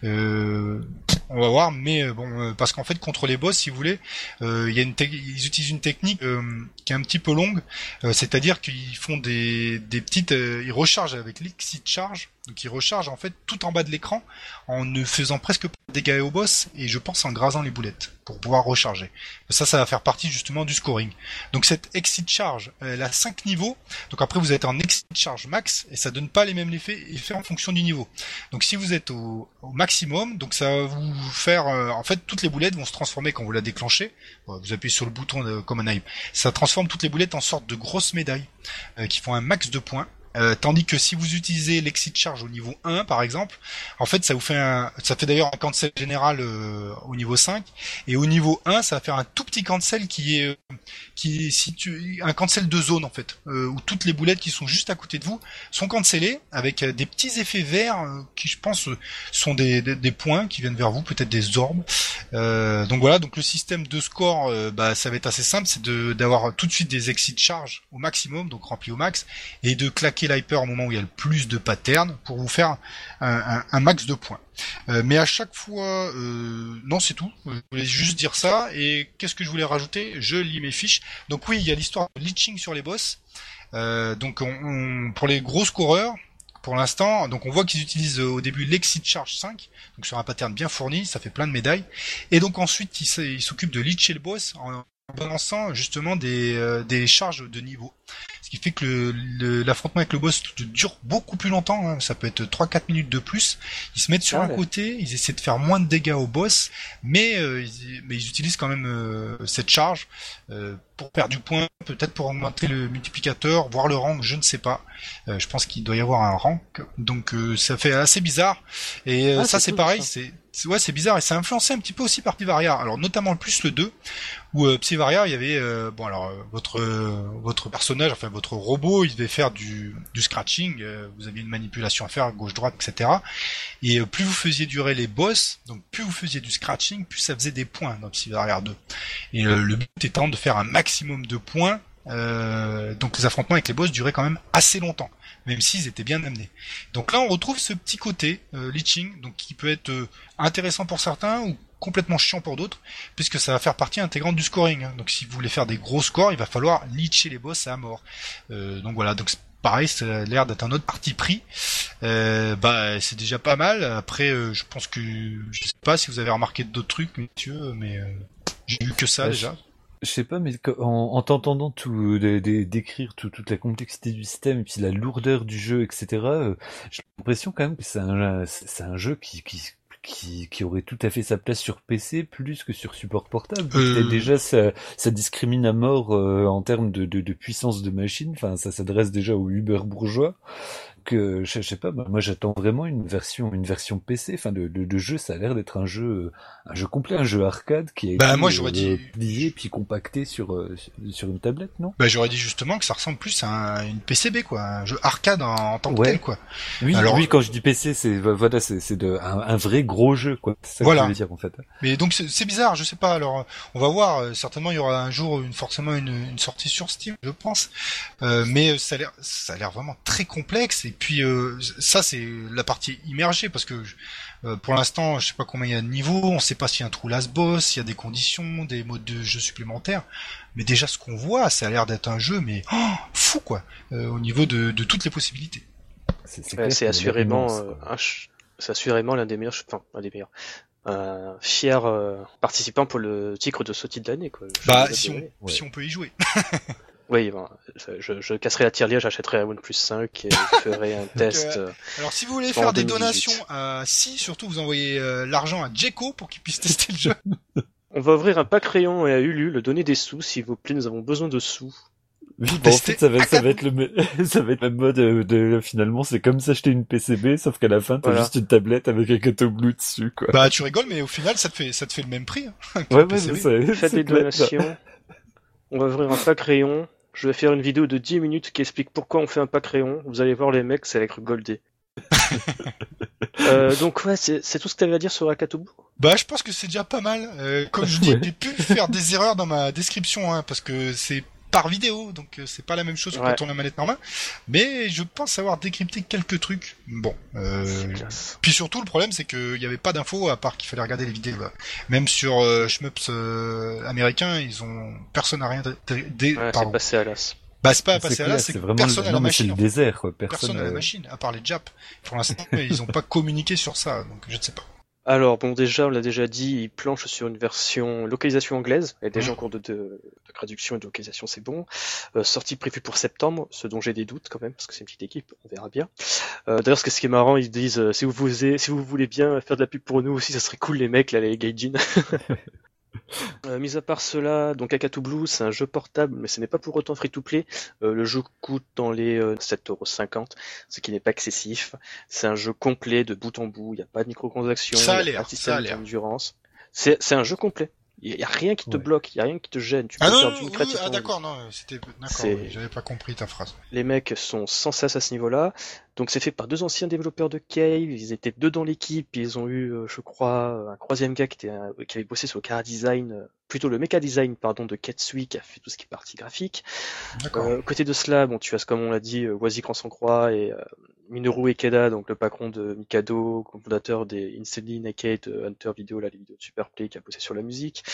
S2: Euh, on va voir, mais euh, bon, euh, parce qu'en fait contre les boss, si vous voulez, euh, il y a une te- ils utilisent une technique euh, qui est un petit peu longue, euh, c'est-à-dire qu'ils font des, des petites, euh, ils rechargent avec l'exit charge, donc ils rechargent en fait tout en bas de l'écran en ne faisant presque pas de dégâts au boss et je pense en grasant les boulettes pour pouvoir recharger. Ça, ça va faire partie justement du scoring. Donc cette exit charge, elle a cinq niveaux. Donc après vous êtes en exit charge max et ça donne pas les mêmes effets, effets en fonction du niveau. Donc si vous êtes au, au maximum, donc ça va vous faire, euh, en fait toutes les boulettes vont se transformer quand vous la déclenchez. Bon, vous appuyez sur le bouton de, comme un knife. Ça transforme toutes les boulettes en sorte de grosses médailles euh, qui font un max de points. Euh, tandis que si vous utilisez l'exit charge au niveau un par exemple, en fait ça vous fait un, ça fait d'ailleurs un cancel général euh, au niveau cinq et au niveau un ça va faire un tout petit cancel qui est euh, qui est situé, un cancel de zone en fait, euh, où toutes les boulettes qui sont juste à côté de vous sont cancellées avec euh, des petits effets verts euh, qui je pense euh, sont des, des, des points qui viennent vers vous, peut-être des orbes. Euh, donc voilà, donc le système de score, euh, bah ça va être assez simple, c'est de d'avoir tout de suite des exit charge au maximum, donc rempli au max, et de claquer l'hyper au moment où il y a le plus de patterns pour vous faire un, un, un max de points. Euh, mais à chaque fois, euh, non c'est tout. Je voulais juste dire ça. Et qu'est-ce que je voulais rajouter? Je lis mes fiches. Donc oui, il y a l'histoire de leeching sur les boss. Euh, donc on, on, pour les gros scoreurs, pour l'instant, donc on voit qu'ils utilisent au début l'exit charge cinq, donc sur un pattern bien fourni, ça fait plein de médailles. Et donc ensuite ils, ils s'occupent de leecher le boss en balançant justement des, euh, des charges de niveau. Ce qui fait que le, le, l'affrontement avec le boss dure beaucoup plus longtemps, hein. Ça peut être trois quatre minutes de plus. Ils se mettent sur ah, un ouais. côté, ils essaient de faire moins de dégâts au boss, mais, euh, ils, mais ils utilisent quand même euh, cette charge euh, pour perdre du point, peut-être pour augmenter le multiplicateur, voire le rank, je ne sais pas. Euh, je pense qu'il doit y avoir un rank, donc euh, ça fait assez bizarre. Et euh, ah, ça c'est, c'est pareil, ça. c'est C'est, ouais, c'est bizarre et ça a influencé un petit peu aussi par Psyvaria. Alors notamment le plus le deux où euh, Psyvaria, il y avait euh, bon alors euh, votre euh, votre personnage, enfin votre robot, il devait faire du du scratching, euh, vous aviez une manipulation à faire gauche droite, et cetera. Et euh, plus vous faisiez durer les boss, donc plus vous faisiez du scratching, plus ça faisait des points dans Psyvaria deux. Et euh, le but étant de faire un maximum de points. Euh, donc les affrontements avec les boss duraient quand même assez longtemps, même s'ils étaient bien amenés. Donc là on retrouve ce petit côté euh, leeching, donc qui peut être euh, intéressant pour certains ou complètement chiant pour d'autres, puisque ça va faire partie intégrante du scoring. Donc si vous voulez faire des gros scores, il va falloir leecher les boss à mort. Euh, donc voilà, donc pareil, ça a l'air d'être un autre parti pris. Euh, bah c'est déjà pas mal. Après, euh, je pense que je sais pas si vous avez remarqué d'autres trucs, messieurs, mais euh, j'ai vu que ça
S3: ouais,
S2: déjà.
S3: Je sais pas, mais en, en t'entendant tout, de- de- décrire tout- toute la complexité du système et puis la lourdeur du jeu, et cetera, euh, j'ai l'impression quand même que c'est un, c'est un jeu qui, qui, qui, qui aurait tout à fait sa place sur P C plus que sur support portable.
S2: Euh...
S3: Déjà, ça, ça discrimine à mort euh, en termes de, de, de puissance de machine. Enfin, ça s'adresse déjà aux Uber bourgeois. Que je, je sais pas, moi j'attends vraiment une version, une version P C. Enfin, le, le, le jeu, ça a l'air d'être un jeu, un jeu complet, un jeu arcade qui a
S2: Bah
S3: été
S2: moi j'aurais
S3: euh,
S2: dit
S3: plié puis compacté sur euh, sur une tablette, non?
S2: bah j'aurais dit justement que ça ressemble plus à un, une P C B quoi, un jeu arcade en, en tant que
S3: Ouais.
S2: tel quoi.
S3: Oui,
S2: Alors,
S3: oui, quand je dis P C, c'est voilà, c'est c'est de un, un vrai gros jeu quoi. C'est ça
S2: Voilà.
S3: que je veux dire en fait.
S2: Mais donc c'est, c'est bizarre, je sais pas. Alors on va voir. euh, Certainement il y aura un jour une forcément une, une sortie sur Steam, je pense. Euh, mais ça a l'air ça a l'air vraiment très complexe. Et puis euh, ça c'est la partie immergée parce que euh, pour l'instant je sais pas combien il y a de niveaux, on sait pas s'il y a un trou last boss, s'il y a des conditions, des modes de jeu supplémentaires. Mais déjà ce qu'on voit, ça a l'air d'être un jeu mais oh, fou quoi, euh, au niveau de, de toutes les possibilités.
S3: C'est,
S1: Ouais,
S3: clair
S1: c'est
S3: qu'il y a
S1: assurément,
S3: l'immense,
S1: euh,
S3: quoi.
S1: un ch- c'est assurément l'un des meilleurs, enfin, un des meilleurs, un fier euh, participant pour le titre de sortie de l'année, quoi. Je
S2: Bah
S1: suis
S2: si on
S1: désolé.
S3: Ouais.
S2: si on peut y jouer.
S1: Oui, bon, je, je casserai la tirelire, j'achèterai un OnePlus cinq et je ferai un test.
S2: euh,
S1: euh,
S2: Alors si vous voulez
S1: En
S2: faire des
S1: deux mille dix-huit.
S2: donations à Si, surtout vous envoyez euh, l'argent à Jeko pour qu'il puisse tester le jeu.
S1: On va ouvrir un pack rayon et à Ulule, donner des sous, s'il vous plaît, nous avons besoin de sous.
S3: Oui,
S2: Pour
S3: bah, en
S2: tester
S3: fait, ça va, ça
S2: Acadou.
S3: va être le, me- ça va être le mode euh, de, finalement, c'est comme s'acheter une P C B, sauf qu'à la fin, t'as
S1: Voilà.
S3: juste une tablette avec un gâteau bleu dessus, quoi.
S2: Bah tu rigoles mais au final ça te fait ça te fait le même prix. Hein, que
S3: ouais,
S2: le
S3: ouais,
S2: P C B.
S3: mais ça,
S1: Faites
S3: c'est
S1: des
S3: clair.
S1: donations. On va ouvrir un pack rayon. Je vais faire une vidéo de dix minutes qui explique pourquoi on fait un pack rayon. Vous allez voir les mecs, c'est avec Goldé. euh, donc ouais, c'est, c'est tout ce que t'avais à dire sur Akatobu.
S2: Bah je pense que c'est déjà pas mal. Euh, comme je dis,
S3: Ouais.
S2: j'ai pu faire des erreurs dans ma description hein, parce que c'est par vidéo, donc euh, c'est pas la même chose que
S1: Ouais.
S2: quand on a la manette normale. Mais je pense avoir décrypté quelques trucs. Bon. Euh...
S1: C'est classe.
S2: Puis surtout le problème c'est qu'il y avait pas d'infos à part qu'il fallait regarder les vidéos. Là. Même sur euh, Shmups euh, américains, ils ont personne n'a rien. Dé... dé-
S1: Ouais, c'est
S2: Pardon.
S1: passé à l'as.
S2: Bah c'est pas
S3: C'est
S2: passé à
S3: clair,
S2: là, c'est
S3: c'est
S2: que
S3: vraiment
S2: personne
S3: le,
S2: à
S3: non,
S2: la
S3: mais c'est
S2: machine.
S3: le
S2: en fait.
S3: désert, quoi.
S2: Personne
S3: Personne,
S2: à la
S3: euh,
S2: machine, à part les Japs. Pour l'instant, ils ont pas communiqué sur ça, donc je ne sais pas.
S1: Alors bon, déjà, on l'a déjà dit, il planche sur une version localisation anglaise. Elle est déjà
S2: Mhm.
S1: en cours de, de, de traduction et de localisation, c'est bon. Euh, sortie prévue pour septembre, ce dont j'ai des doutes quand même, parce que c'est une petite équipe, on verra bien. Euh, d'ailleurs, ce, que- ce qui est marrant, ils disent, euh, si vous voulez, si vous voulez bien faire de la pub pour nous aussi, ça serait cool les mecs, là, les gaijin. Euh, mis à part cela, donc Akatu Blue, c'est un jeu portable, mais ce n'est pas pour autant free-to-play. Euh, le jeu coûte dans les euh, sept euros cinquante, ce qui n'est pas excessif. C'est un jeu complet de bout en bout, il n'y a pas de microtransactions,
S2: Ça a
S1: il n'y a
S2: l'air,
S1: pas de
S2: ça a
S1: système
S2: l'air.
S1: d'endurance. C'est, c'est un jeu complet. Il n'y a rien qui te
S3: Ouais.
S1: bloque, il n'y a rien qui te gêne. Tu peux
S2: Ah non,
S1: faire
S2: non,
S1: du
S2: oui,
S1: gratuitement.
S2: ah d'accord, non, c'était d'accord,
S1: C'est-
S2: oui, j'avais pas compris ta phrase.
S1: Les mecs sont sans cesse à ce niveau-là. Donc c'est fait par deux anciens développeurs de Cave. Ils étaient deux dans l'équipe. Puis ils ont eu, euh, je crois, un troisième gars qui, était, un- qui avait bossé sur le chara design, euh, plutôt le mecha design, pardon, de Ketsui, qui a fait tout ce qui est partie graphique.
S2: D'accord.
S1: Euh, côté de cela, bon, tu as, comme on l'a dit, euh, Wazik en sang-croix et euh, Minoru Ikeda, donc le patron de Mikado, fondateur des Instantly Naked euh, Hunter Video, là, les vidéos de Superplay, qui a bossé sur la musique.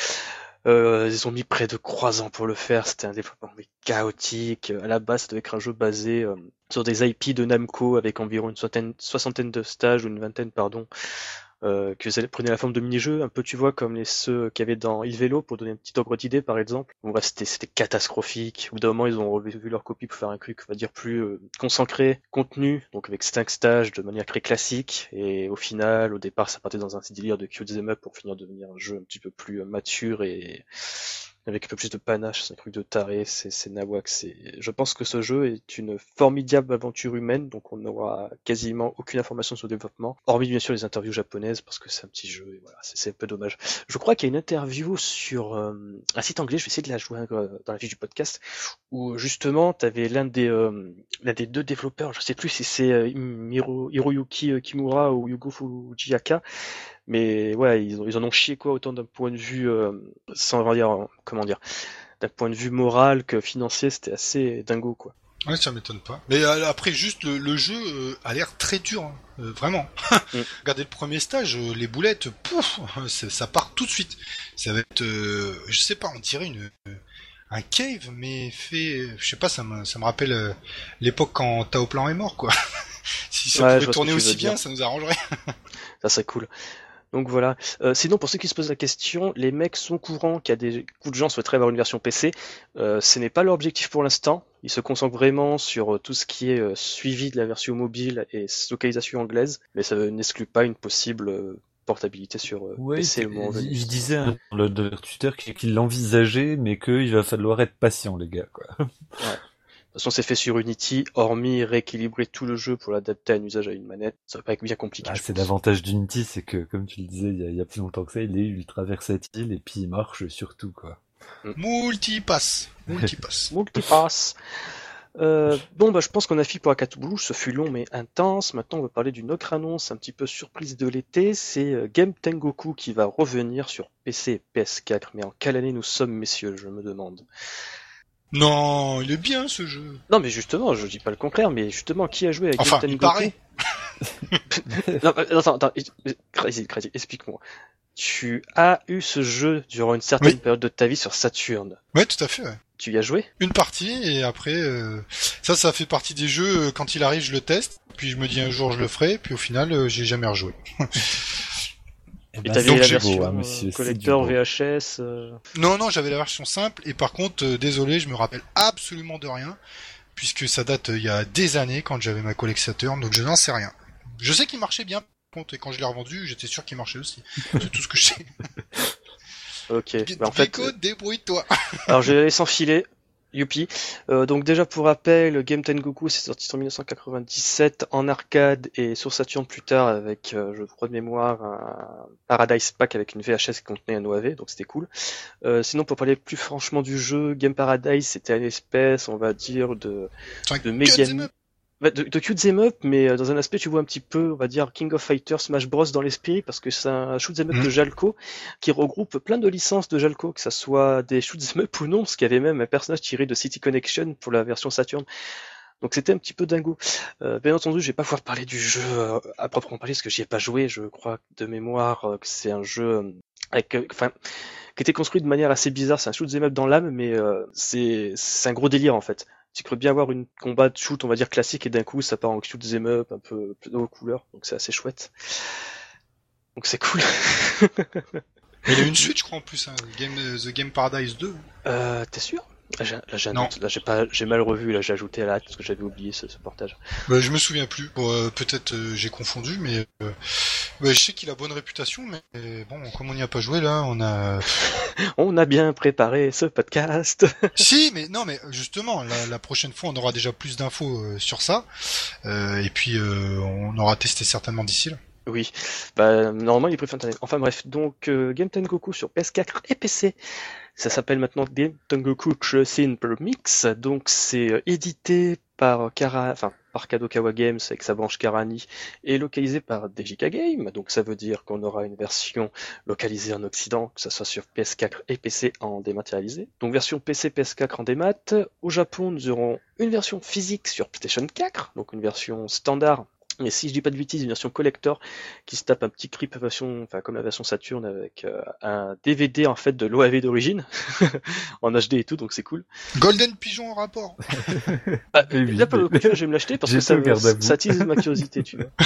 S1: Euh, ils ont mis près de trois ans pour le faire, c'était un développement mais chaotique. À la base, ça devait être un jeu basé euh, sur des I P de Namco avec environ une soixantaine, soixantaine de stages, ou une vingtaine, pardon, euh, que ça prenait la forme de mini-jeux, un peu, tu vois, comme les ceux qu'il y avait dans Il Vélo, pour donner un petit ordre d'idée, par exemple. Bon, bref, c'était, c'était catastrophique. Au bout d'un moment, ils ont revu leur copie pour faire un truc, on va dire, plus euh, concentré, contenu, donc avec cinq stages de manière très classique. Et au final, au départ, ça partait dans un petit délire de cute them up pour finir devenir un jeu un petit peu plus euh, mature et avec un peu plus de panache. C'est un truc de taré, c'est, c'est nawak. C'est... Je pense que ce jeu est une formidable aventure humaine, donc on n'aura quasiment aucune information sur le développement, hormis bien sûr les interviews japonaises, parce que c'est un petit jeu, et voilà, c'est, c'est un peu dommage. Je crois qu'il y a une interview sur euh, un site anglais, je vais essayer de la joindre euh, dans la fiche du podcast, où justement, t'avais l'un des, euh, l'un des deux développeurs, je sais plus si c'est euh, Hiro- Hiroyuki euh, Kimura ou Yugo Fujiyaka, mais ouais, ils, ont, ils en ont chié quoi, autant d'un point de vue, euh, sans dire, euh, comment dire, d'un point de vue moral que financier, c'était assez dingo quoi.
S2: Ouais, ça m'étonne pas. Mais euh, après, juste le, le jeu euh, a l'air très dur, hein. Euh, vraiment.
S1: Mm.
S2: Regardez le premier stage, euh, les boulettes, pouf, c'est- ça part tout de suite. Ça va être, euh, je sais pas, on dirait une euh, un cave, mais fait, euh, je sais pas, ça me ça me rappelle euh, l'époque quand Tao Plan est mort, quoi. Si ça
S1: Ouais, je
S2: pouvait
S1: vois ce
S2: tourner
S1: que tu veux
S2: aussi bien,
S1: dire.
S2: ça nous arrangerait.
S1: Ça serait cool. Donc voilà. Euh, sinon, pour ceux qui se posent la question, les mecs sont courants qu'il y a des beaucoup de gens souhaiteraient avoir une version P C. Euh, ce n'est pas leur objectif pour l'instant. Ils se concentrent vraiment sur euh, tout ce qui est euh, suivi de la version mobile et localisation anglaise, mais ça n'exclut pas une possible euh, portabilité sur euh,
S3: Ouais,
S1: P C
S3: il,
S1: le moment venu.
S3: il disait hein, dans le dans leur Twitter qu'il qu'il l'envisageait, mais qu'il va falloir être patient, les gars, quoi.
S1: Ouais. De toute façon, c'est fait sur Unity, hormis rééquilibrer tout le jeu pour l'adapter à un usage à une manette, ça va pas être bien compliqué.
S3: Ah,
S1: je
S3: c'est
S1: pense.
S3: l'avantage d'Unity, c'est que, comme tu le disais, il y, a, il y a plus longtemps que ça, il est ultra versatile et puis il marche sur tout, quoi.
S2: Multipass. Multipass.
S1: Multipass. Euh, bon, bah, je pense qu'on a fini pour Akatsubu. Ce fut long mais intense. Maintenant, on va parler d'une autre annonce un petit peu surprise de l'été. C'est euh, Game Tengoku qui va revenir sur P C et P S quatre. Mais en quelle année nous sommes, messieurs, je me demande.
S2: Non, il est bien ce jeu.
S1: Non, mais justement, je dis pas le contraire, mais justement, qui a joué avec
S2: Enfin,
S1: Game
S2: il
S1: Tengoku?
S2: paraît.
S1: Non, attends, attends, Crazy, Crazy, explique-moi. Tu as eu ce jeu durant une certaine
S2: Oui.
S1: période de ta vie sur Saturn.
S2: Ouais, tout à fait, ouais.
S1: Tu y as joué?
S2: Une partie, et après, euh, ça, ça fait partie des jeux, euh, quand il arrive, je le teste, puis je me dis un jour je le ferai, puis au final, euh, j'ai jamais rejoué.
S3: Eh
S1: Et
S3: ben,
S1: t'avais
S2: donc
S1: la
S2: j'ai
S1: version
S3: beau, hein,
S1: euh,
S3: monsieur, c'est
S1: collector
S3: du beau.
S1: V H S euh...
S2: Non, non, j'avais la version simple, et par contre, euh, désolé, je me rappelle absolument de rien, puisque ça date euh, il y a des années, quand j'avais ma collectateur, donc je n'en sais rien. Je sais qu'il marchait bien, par contre, et quand je l'ai revendu, j'étais sûr qu'il marchait aussi. C'est tout ce que je sais.
S1: Ok, bah, en fait,
S2: Gecko, débrouille-toi.
S1: alors je vais aller sans filer. Youpi. Euh, donc déjà pour rappel, Game Tengoku c'est sorti en mille neuf cent quatre-vingt-dix-sept en arcade et sur Saturn plus tard avec, euh, je crois de mémoire, un Paradise Pack avec une V H S qui contenait un O A V, donc c'était cool. Euh, sinon pour parler plus franchement du jeu, Game Paradise c'était une espèce, on va dire, de,
S2: C'est
S1: de
S2: un
S1: méga...
S2: cut 'em up.
S1: Bah, de, de cute 'em up, mais euh, dans un aspect tu vois un petit peu, on va dire, King of Fighters, Smash Bros dans l'esprit, parce que c'est un shoot 'em up
S2: Mhm.
S1: de Jalco qui regroupe plein de licences de Jalco, que ça soit des shoot 'em up ou non, parce qu'il y avait même un personnage tiré de City Connection pour la version Saturn. Donc c'était un petit peu dingo. Euh, bien entendu, je vais pas pouvoir parler du jeu euh, à proprement parler, parce que j'y ai pas joué. Je crois de mémoire euh, que c'est un jeu euh, avec, euh, enfin, qui était construit de manière assez bizarre. C'est un shoot 'em up dans l'âme, mais euh, c'est c'est un gros délire en fait. Tu peux bien avoir une combat de shoot, on va dire classique, et d'un coup ça part en shoot 'em up, un peu aux couleurs, donc c'est assez chouette. Donc c'est cool.
S2: Mais il y a une suite, je crois, en plus, hein, Game, The Game Paradise deux.
S1: Euh, t'es sûr? Là, j'ai, là, j'ai un
S2: Non.
S1: doute. Là, j'ai pas, j'ai mal revu. Là, j'ai ajouté à la hâte parce que j'avais oublié ce, ce portage.
S2: Bah, je me souviens plus. Bon, euh, peut-être euh, j'ai confondu, mais euh, bah, je sais qu'il a bonne réputation, mais euh, bon, comme on n'y a pas joué là, on a.
S1: On a bien préparé ce podcast.
S2: Si, mais non, mais justement, la, la prochaine fois, on aura déjà plus d'infos euh, sur ça, euh, et puis euh, on aura testé certainement d'ici là.
S1: Oui, bah normalement il est prévu internet. Enfin bref, donc euh, Game Tengoku sur P S quatre et P C. Ça s'appelle maintenant Game Tengoku Crossing Per Mix. Donc c'est euh, édité par Kara, enfin par Kadokawa Games avec sa branche Karani et localisé par D J K Game. Donc ça veut dire qu'on aura une version localisée en Occident, que ce soit sur P S quatre et P C en dématérialisé. Donc version P C, P S quatre en démat. Au Japon, nous aurons une version physique sur PlayStation quatre, donc une version standard. Mais si je dis pas de bêtises, une version collector qui se tape un petit clip version, enfin comme la version Saturn avec euh, un D V D en fait de l'O A V d'origine en H D et tout, donc c'est cool.
S2: Golden Pigeon en rapport.
S1: Ah,
S3: Eh oui,
S1: là pour le coup,
S3: mais-
S1: je vais me l'acheter parce que
S3: J'étais
S1: ça,
S3: au garde à vous.
S1: ça attise ma curiosité, tu vois.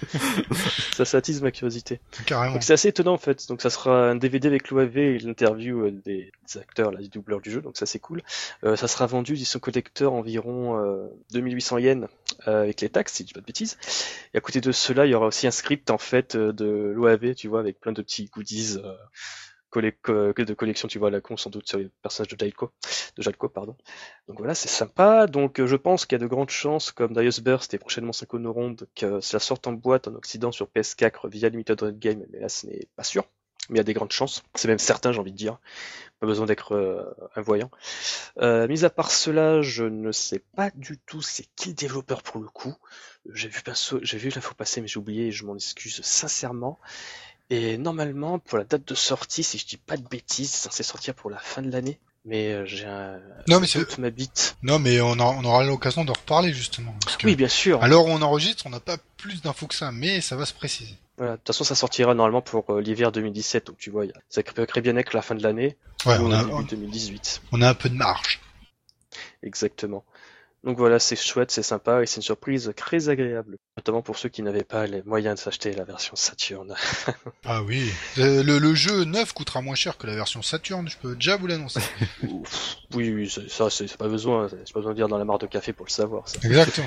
S1: Ça, ça attise ma curiosité.
S2: Carrément.
S1: Donc c'est assez étonnant en fait. Donc ça sera un D V D avec l'O A V et l'interview euh, des, des acteurs, là, des doubleurs du jeu. Donc ça c'est cool. Euh, ça sera vendu édition collector environ euh, deux mille huit cents yens euh, avec les taxes, si je dis pas de bêtises. Et à côté de cela, il y aura aussi un script en fait euh, de l'O A V, tu vois, avec plein de petits goodies euh, colle- co- de collection, tu vois, à la con sans doute sur les personnages de Jalco, de Jalco, pardon. Donc voilà, c'est sympa. Donc euh, je pense qu'il y a de grandes chances, comme Darius Burst et prochainement Synchronoronde, que ça sorte en boîte en Occident sur P S quatre via Limited Run Game, mais là ce n'est pas sûr. Mais il y a des grandes chances. C'est même certain, j'ai envie de dire. Pas besoin d'être euh, un voyant. Euh, mis à part cela, je ne sais pas du tout c'est qui le développeur pour le coup. J'ai vu, pinceau- j'ai vu l'info passer, mais j'ai oublié et je m'en excuse sincèrement. Et normalement, pour la date de sortie, si je dis pas de bêtises, c'est censé sortir pour la fin de l'année. Mais euh, j'ai un
S2: Non, mais c'est-
S1: doute m'habite.
S2: Non, mais on, a- on aura l'occasion d'en reparler justement. Parce que
S1: Oui, bien sûr.
S2: alors on enregistre, on n'a pas plus d'infos que ça, mais ça va se préciser.
S1: Voilà. De toute façon, ça sortira normalement pour euh, l'hiver deux mille dix-sept. Donc tu vois, y a- ça peut très bien être la fin de l'année
S2: Ouais,
S1: ou
S2: on
S1: au
S2: a,
S1: début
S2: on,
S1: deux mille dix-huit.
S2: on a un peu de marge.
S1: Exactement. Donc voilà, c'est chouette, c'est sympa et c'est une surprise très agréable, notamment pour ceux qui n'avaient pas les moyens de s'acheter la version Saturn.
S2: Ah oui, Euh, le, le jeu neuf coûtera moins cher que la version Saturn, je peux déjà vous l'annoncer.
S1: Ouf, oui, oui, c'est- ça, c'est c'est pas besoin, c'est pas besoin de dire dans la mare de café pour le savoir. Ça.
S2: Exactement.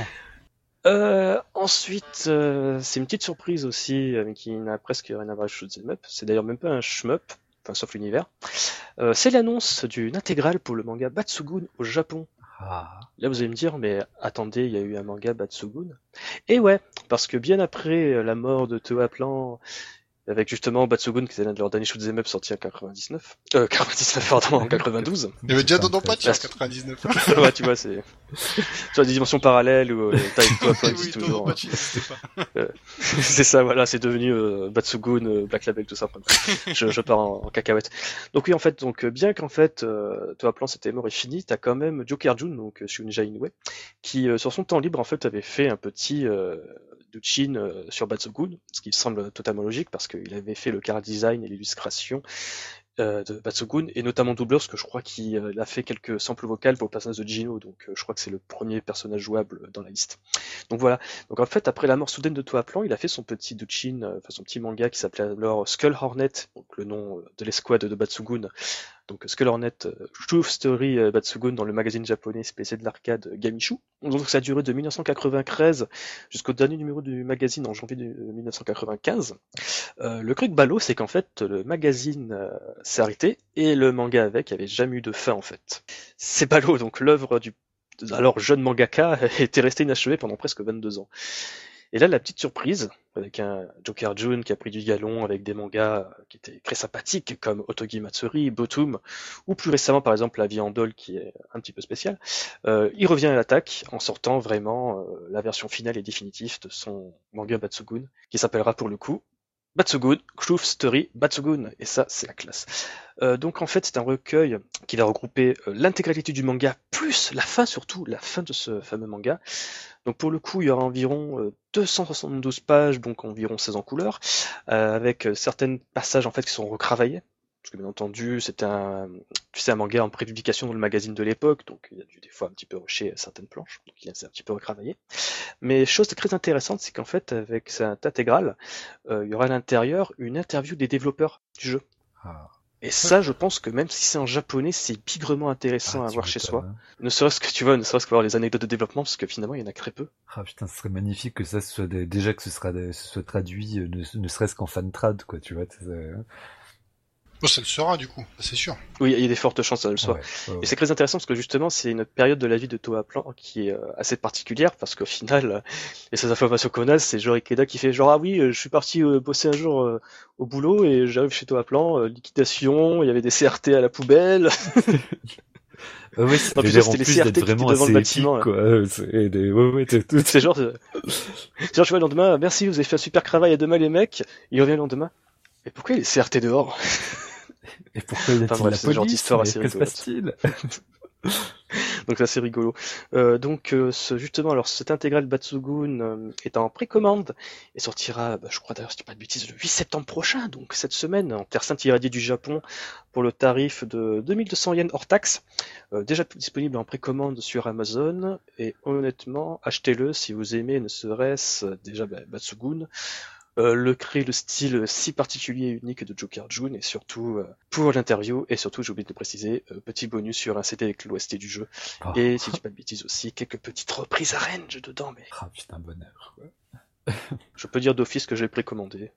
S1: Euh, ensuite, euh, c'est une petite surprise aussi, euh, mais qui n'a presque rien à voir avec Shoot'em Up. C'est d'ailleurs même pas un shmup, enfin sauf l'univers. Euh, c'est l'annonce d'une intégrale pour le manga Batsugun au Japon.
S3: Ah.
S1: Là, vous allez me dire, mais attendez, il y a eu un manga Batsugun. Et ouais, parce que bien après la mort de Toa Plan, avec justement Batsugun, qui était l'un de leurs derniers shoot'em up sortis en quatre-vingt-dix-neuf, euh, quatre-vingt-dix-neuf, pardon, en quatre-vingt-douze.
S2: Il y avait déjà Dodon Pachi en
S1: Là,
S2: quatre-vingt-dix-neuf.
S1: ouais, tu vois, c'est sur des dimensions parallèles où euh, Toa Plan existe
S2: Oui, Dodon
S1: toujours.
S2: Pachi n'existait pas.
S1: Euh, c'est ça, voilà, c'est devenu euh, Batsugun, euh, Black Label, tout ça. je, je pars en, en cacahuète. Donc oui, en fait, donc bien qu'en fait, euh, Toa Plan c'était mort et fini, t'as quand même Joker Jun, donc euh, Shunja Inoue, qui euh, sur son temps libre en fait avait fait un petit euh, Duchin euh, sur Batsugun, ce qui semble totalement logique parce qu'il avait fait le car design et l'illustration euh, de Batsugun, et notamment doubleur, parce que je crois qu'il euh, a fait quelques samples vocales pour le personnage de Gino, donc euh, je crois que c'est le premier personnage jouable dans la liste. Donc voilà. Donc en fait, après la mort soudaine de Toa Plan, il a fait son petit Duchin, euh, enfin son petit manga qui s'appelait alors Skull Hornet, donc le nom de l'escouade de Batsugun. Donc Skull Hornet euh, True Story euh, Batsugun dans le magazine japonais spécial de l'arcade euh, Gamishu. Donc ça a duré de mille neuf cent quatre-vingt-treize jusqu'au dernier numéro du magazine en janvier de mille neuf cent quatre-vingt-quinze. Euh, le truc ballot, c'est qu'en fait le magazine euh, s'est arrêté et le manga avec avait jamais eu de fin en fait. C'est ballot, donc l'œuvre du alors jeune mangaka était restée inachevée pendant presque vingt-deux ans. Et là, la petite surprise, avec un Joker Jun qui a pris du galon avec des mangas qui étaient très sympathiques, comme Otogi Matsuri, Botum, ou plus récemment, par exemple, La Vie en Dole, qui est un petit peu spécial, euh, il revient à l'attaque en sortant vraiment euh, la version finale et définitive de son manga Batsugun, qui s'appellera pour le coup Batsugun, True Story Batsugun, et ça, c'est la classe. Euh, donc en fait, c'est un recueil qui va regrouper euh, l'intégralité du manga, plus la fin surtout, la fin de ce fameux manga. Donc pour le coup, il y aura environ euh, deux cent soixante-douze pages, donc environ seize en couleur, euh, avec euh, certains passages en fait qui sont recravaillés. Parce que bien entendu, c'était un, tu sais, un manga en prépublication dans le magazine de l'époque, donc il y a dû des fois un petit peu rusher certaines planches, donc il s'est un petit peu recravaillé. Mais chose très intéressante, c'est qu'en fait, avec cette intégrale, euh, il y aura à l'intérieur une interview des développeurs du jeu.
S3: Ah.
S1: Et ça, je pense que même si c'est en japonais, c'est bigrement intéressant
S3: Ah,
S1: à
S3: tu
S1: voir chez
S3: m'étonnes,
S1: soi.
S3: hein.
S1: Ne serait-ce que, tu vois, ne serait-ce que voir les anecdotes de développement, parce que finalement, il y en a très peu.
S3: Ah putain, ce serait magnifique que ça soit des- déjà que ce sera des- ce soit traduit, euh, ne, ne serait-ce qu'en fan trad, quoi, tu vois. c'est- euh,
S2: Bon, ça le sera du coup, c'est sûr.
S1: Oui, il y a des fortes chances que ça le soit.
S3: ouais, ouais, ouais.
S1: Et c'est très intéressant parce que justement, c'est une période de la vie de Toa Plan qui est euh, assez particulière parce qu'au final, euh, et ces informations qu'on a, c'est genre Ikeda qui fait genre ah oui, euh, je suis parti euh, bosser un jour euh, au boulot et j'arrive chez Toa Plan, euh, liquidation, il y avait des C R T à la poubelle.
S3: Ah ouais, ça
S1: Non,
S3: avait
S1: plutôt,
S3: l'air en
S1: c'était les
S3: plus
S1: C R T
S3: d'être
S1: qui étaient
S3: vraiment
S1: devant
S3: assez
S1: le
S3: épique,
S1: bâtiment, là.
S3: quoi. Euh, c'est- et des- ouais, ouais, t'es tout.
S1: C'est genre, euh, c'est genre, tu vois, le lendemain, merci, vous avez fait un super travail à demain les mecs. Il revient le lendemain. Et pourquoi il est C R T dehors?
S3: Et pourquoi y a-t-il
S1: Enfin bref,
S3: la
S1: c'est ce genre
S3: police?
S1: d'histoire
S3: Mais
S1: assez
S3: que se
S1: rigolote.
S3: passe-t-il?
S1: Donc ça c'est rigolo. Euh, donc euh, ce, justement, alors cette intégrale Batsugun euh, est en précommande et sortira, bah, je crois d'ailleurs si je dis pas de bêtises, le huit septembre prochain, donc cette semaine, en Terre Sainte irradiée du Japon, pour le tarif de deux mille deux cents yens hors taxe. Euh, déjà disponible en précommande sur Amazon, et honnêtement, achetez-le si vous aimez ne serait-ce euh, déjà bah, Batsugun. Euh, le cri, le style si particulier et unique de Joker Jun, et surtout euh, pour l'interview, et surtout j'ai oublié de le préciser, euh, petit bonus sur un C D avec l'O S T du jeu,
S3: Oh.
S1: et si je dis pas de bêtises aussi, quelques petites reprises arrange dedans, mais
S3: Ah putain, bonheur, quoi.
S1: je peux dire d'office que j'ai précommandé.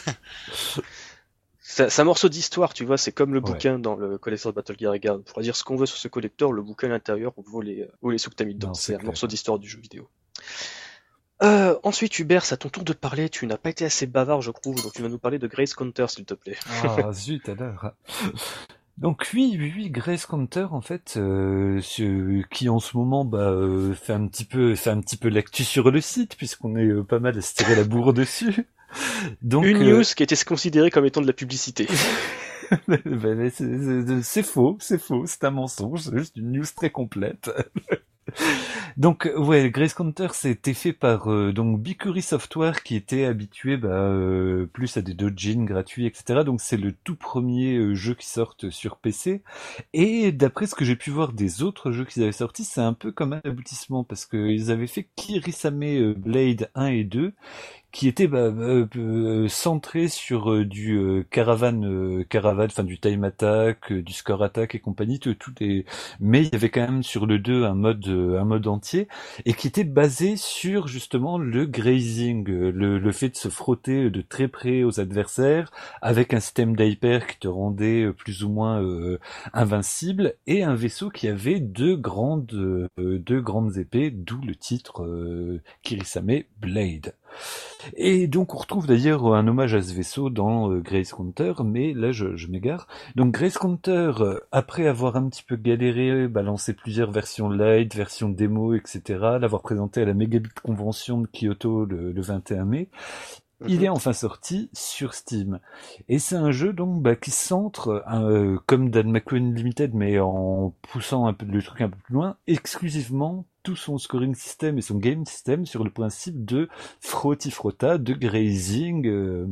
S1: C'est c'est un morceau d'histoire, tu vois, c'est comme le
S3: Ouais.
S1: bouquin dans le collector de Battle Gear Regard. On pourra dire ce qu'on veut sur ce collector, le bouquin à l'intérieur, on vaut les, vaut les sous que t'as mis dedans.
S3: Non,
S1: C'est
S3: c'est
S1: un
S3: clair.
S1: morceau d'histoire du jeu vidéo. Euh, ensuite, Hubert, c'est à ton tour de parler. Tu n'as pas été assez bavard, je trouve, donc tu vas nous parler de Grace Counter, s'il te plaît.
S3: Ah zut alors. Donc oui, oui, oui, Grace Counter en fait, euh, ce- qui en ce moment bah, euh, fait un petit peu, fait un petit peu l'actu sur le site puisqu'on est euh, pas mal à se tirer la bourre dessus. Donc
S1: Une
S3: euh,
S1: news qui était considérée comme étant de la publicité.
S3: ben, c'est- c'est c'est faux, c'est faux, c'est un mensonge, c'est juste une news très complète. Donc ouais, Grace Counter c'était fait par euh, donc Bikuri Software qui était habitué bah, euh, plus à des doujins gratuits, et cetera. Donc c'est le tout premier euh, jeu qui sort sur P C. Et d'après ce que j'ai pu voir des autres jeux qu'ils avaient sortis, c'est un peu comme un aboutissement parce qu'ils avaient fait Kirisame euh, Blade un et deux qui était bah, euh, euh, centré sur euh, du euh, caravane, euh, caravane, enfin du time attack, euh, du score attack et compagnie, tout, tout est... mais il y avait quand même sur le deux un mode, euh, un mode entier et qui était basé sur justement le grazing, euh, le, le fait de se frotter de très près aux adversaires avec un système d'hyper qui te rendait euh, plus ou moins euh, invincible et un vaisseau qui avait deux grandes, euh, deux grandes épées, d'où le titre euh, Kirisame Blade. Et donc on retrouve d'ailleurs un hommage à ce vaisseau dans euh, Grace Counter, mais là je, je m'égare. Donc Grace Counter, euh, après avoir un petit peu galéré, balancé plusieurs versions light, versions démo, et cetera, l'avoir présenté à la Megabit Convention de Kyoto le, le vingt et un mai, mm-hmm. il est enfin sorti sur Steam. Et c'est un jeu donc bah, qui centre, euh, comme Dan McQueen Limited, mais en poussant un peu le truc un peu plus loin, exclusivement tout son scoring system et son game system sur le principe de frotti-frotta, de grazing, euh,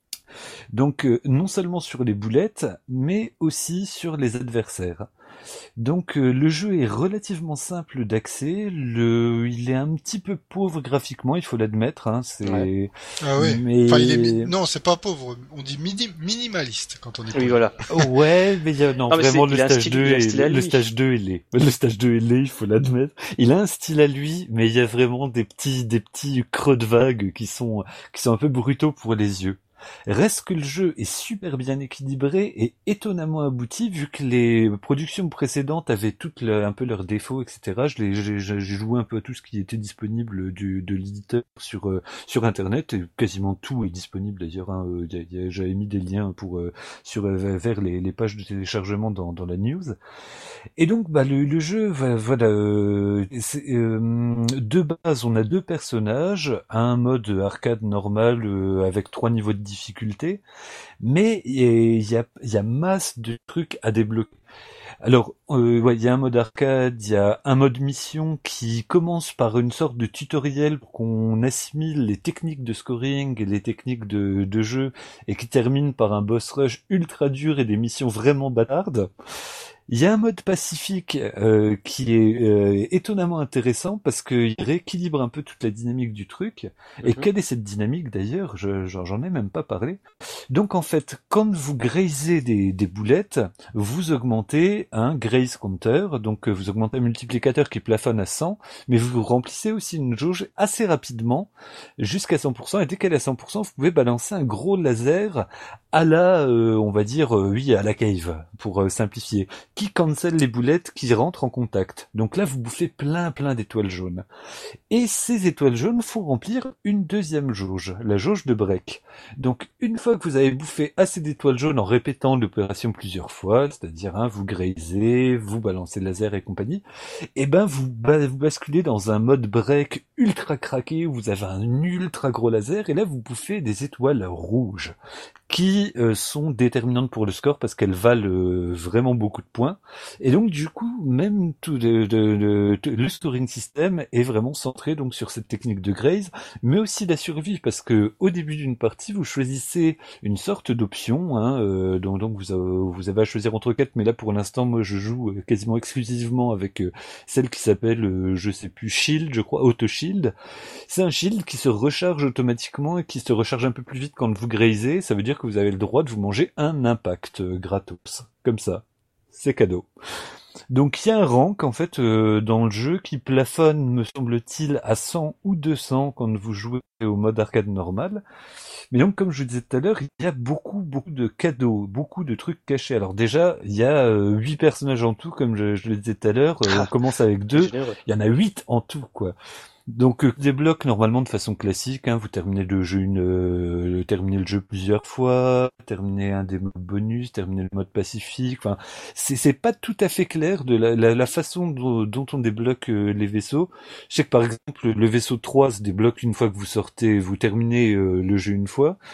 S3: donc euh, non seulement sur les boulettes, mais aussi sur les adversaires. Donc euh, le jeu est relativement simple d'accès, le, il est un petit peu pauvre graphiquement, il faut l'admettre. Hein, c'est...
S2: Ouais. Ah ouais. Mais... Enfin, il est mi... non, c'est pas pauvre, on dit mini... minimaliste quand on est.
S1: Oui, voilà.
S3: Ouais, mais il y a... non, non vraiment le stage, style, deux est... le stage deux est laid. Le stage deux est laid, il faut l'admettre. Il a un style à lui, mais il y a vraiment des petits, des petits creux de vagues qui sont, qui sont un peu brutaux pour les yeux. Reste que le jeu est super bien équilibré et étonnamment abouti vu que les productions précédentes avaient toutes le, un peu leurs défauts, et cetera. Je l'ai, j'ai, j'ai joué un peu à tout ce qui était disponible du, de l'éditeur sur euh, sur internet et quasiment tout est disponible d'ailleurs. Hein, y a, y a, j'avais mis des liens pour euh, sur euh, vers les, les pages de téléchargement dans, dans la news. Et donc bah le, le jeu voilà euh, c'est, euh, de base on a deux personnages, un mode arcade normal euh, avec trois niveaux de difficulté, mais il y a, y a masse de trucs à débloquer. Alors, euh, ouais, il y a un mode arcade, il y a un mode mission qui commence par une sorte de tutoriel pour qu'on assimile les techniques de scoring et les techniques de, de jeu, et qui termine par un boss rush ultra dur et des missions vraiment bâtardes. Il y a un mode pacifique euh, qui est euh, étonnamment intéressant parce qu'il rééquilibre un peu toute la dynamique du truc. Et mm-hmm. quelle est cette dynamique d'ailleurs ? je, J'en ai même pas parlé. Donc en fait, quand vous grazez des, des boulettes, vous augmentez un graze counter, donc vous augmentez un multiplicateur qui plafonne à cent, mais vous remplissez aussi une jauge assez rapidement, jusqu'à cent pour cent, et dès qu'elle est à cent pour cent, vous pouvez balancer un gros laser à la, euh, on va dire, euh, oui, à la cave, pour euh, simplifier, qui cancelle les boulettes qui rentrent en contact. Donc là, vous bouffez plein plein d'étoiles jaunes. Et ces étoiles jaunes font remplir une deuxième jauge, la jauge de break. Donc une fois que vous avez bouffé assez d'étoiles jaunes en répétant l'opération plusieurs fois, c'est-à-dire hein, vous grazez, vous balancez le laser et compagnie, et ben vous, ba- vous basculez dans un mode break ultra craqué où vous avez un ultra gros laser, et là vous bouffez des étoiles rouges qui euh, sont déterminantes pour le score parce qu'elles valent euh, vraiment beaucoup de points. Et donc du coup, même tout de, de, de, de, le scoring system est vraiment centré donc sur cette technique de graze, mais aussi la survie, parce que au début d'une partie, vous choisissez une sorte d'option, hein, euh, donc, donc vous, avez, vous avez à choisir entre quatre, mais là pour l'instant, moi je joue quasiment exclusivement avec euh, celle qui s'appelle, euh, je sais plus, Shield, je crois, Auto Shield. C'est un shield qui se recharge automatiquement et qui se recharge un peu plus vite quand vous grazez. Ça veut dire que vous avez le droit de vous manger un impact euh, gratos, comme ça. C'est cadeau. Donc il y a un rank en fait euh, dans le jeu qui plafonne, me semble-t-il, à cent ou deux cents quand vous jouez au mode arcade normal. Mais donc comme je vous disais tout à l'heure, il y a beaucoup beaucoup de cadeaux, beaucoup de trucs cachés. Alors déjà, il y a euh, huit personnages en tout, comme je, je le disais tout à l'heure. Euh, on commence avec deux, il y en a huit en tout, quoi. Donc euh, débloque normalement de façon classique, hein, vous terminez le jeu une, euh, terminez le jeu plusieurs fois, terminez un des modes bonus, terminez le mode pacifique. Enfin, c'est c'est pas tout à fait clair de la, la, la façon dont, dont on débloque euh, les vaisseaux. Je sais que par exemple le vaisseau trois se débloque une fois que vous sortez, vous terminez euh, le jeu une fois.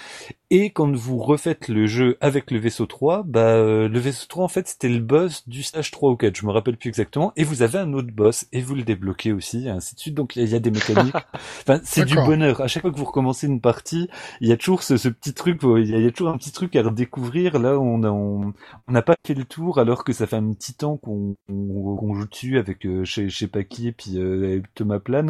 S3: Et quand vous refaites le jeu avec le vaisseau trois, bah euh, le vaisseau trois en fait c'était le boss du stage trois ou quatre, je me rappelle plus exactement, et vous avez un autre boss et vous le débloquez aussi, et ainsi de suite. Donc il y, y a des mécaniques. Enfin c'est du bonheur. À chaque fois que vous recommencez une partie, il y a toujours ce, ce petit truc, il y, a, il y a toujours un petit truc à redécouvrir. Là on a on on n'a pas fait le tour alors que ça fait un petit temps qu'on qu'on, qu'on joue dessus avec euh, chez chez Paki et puis euh, Thomas Plane.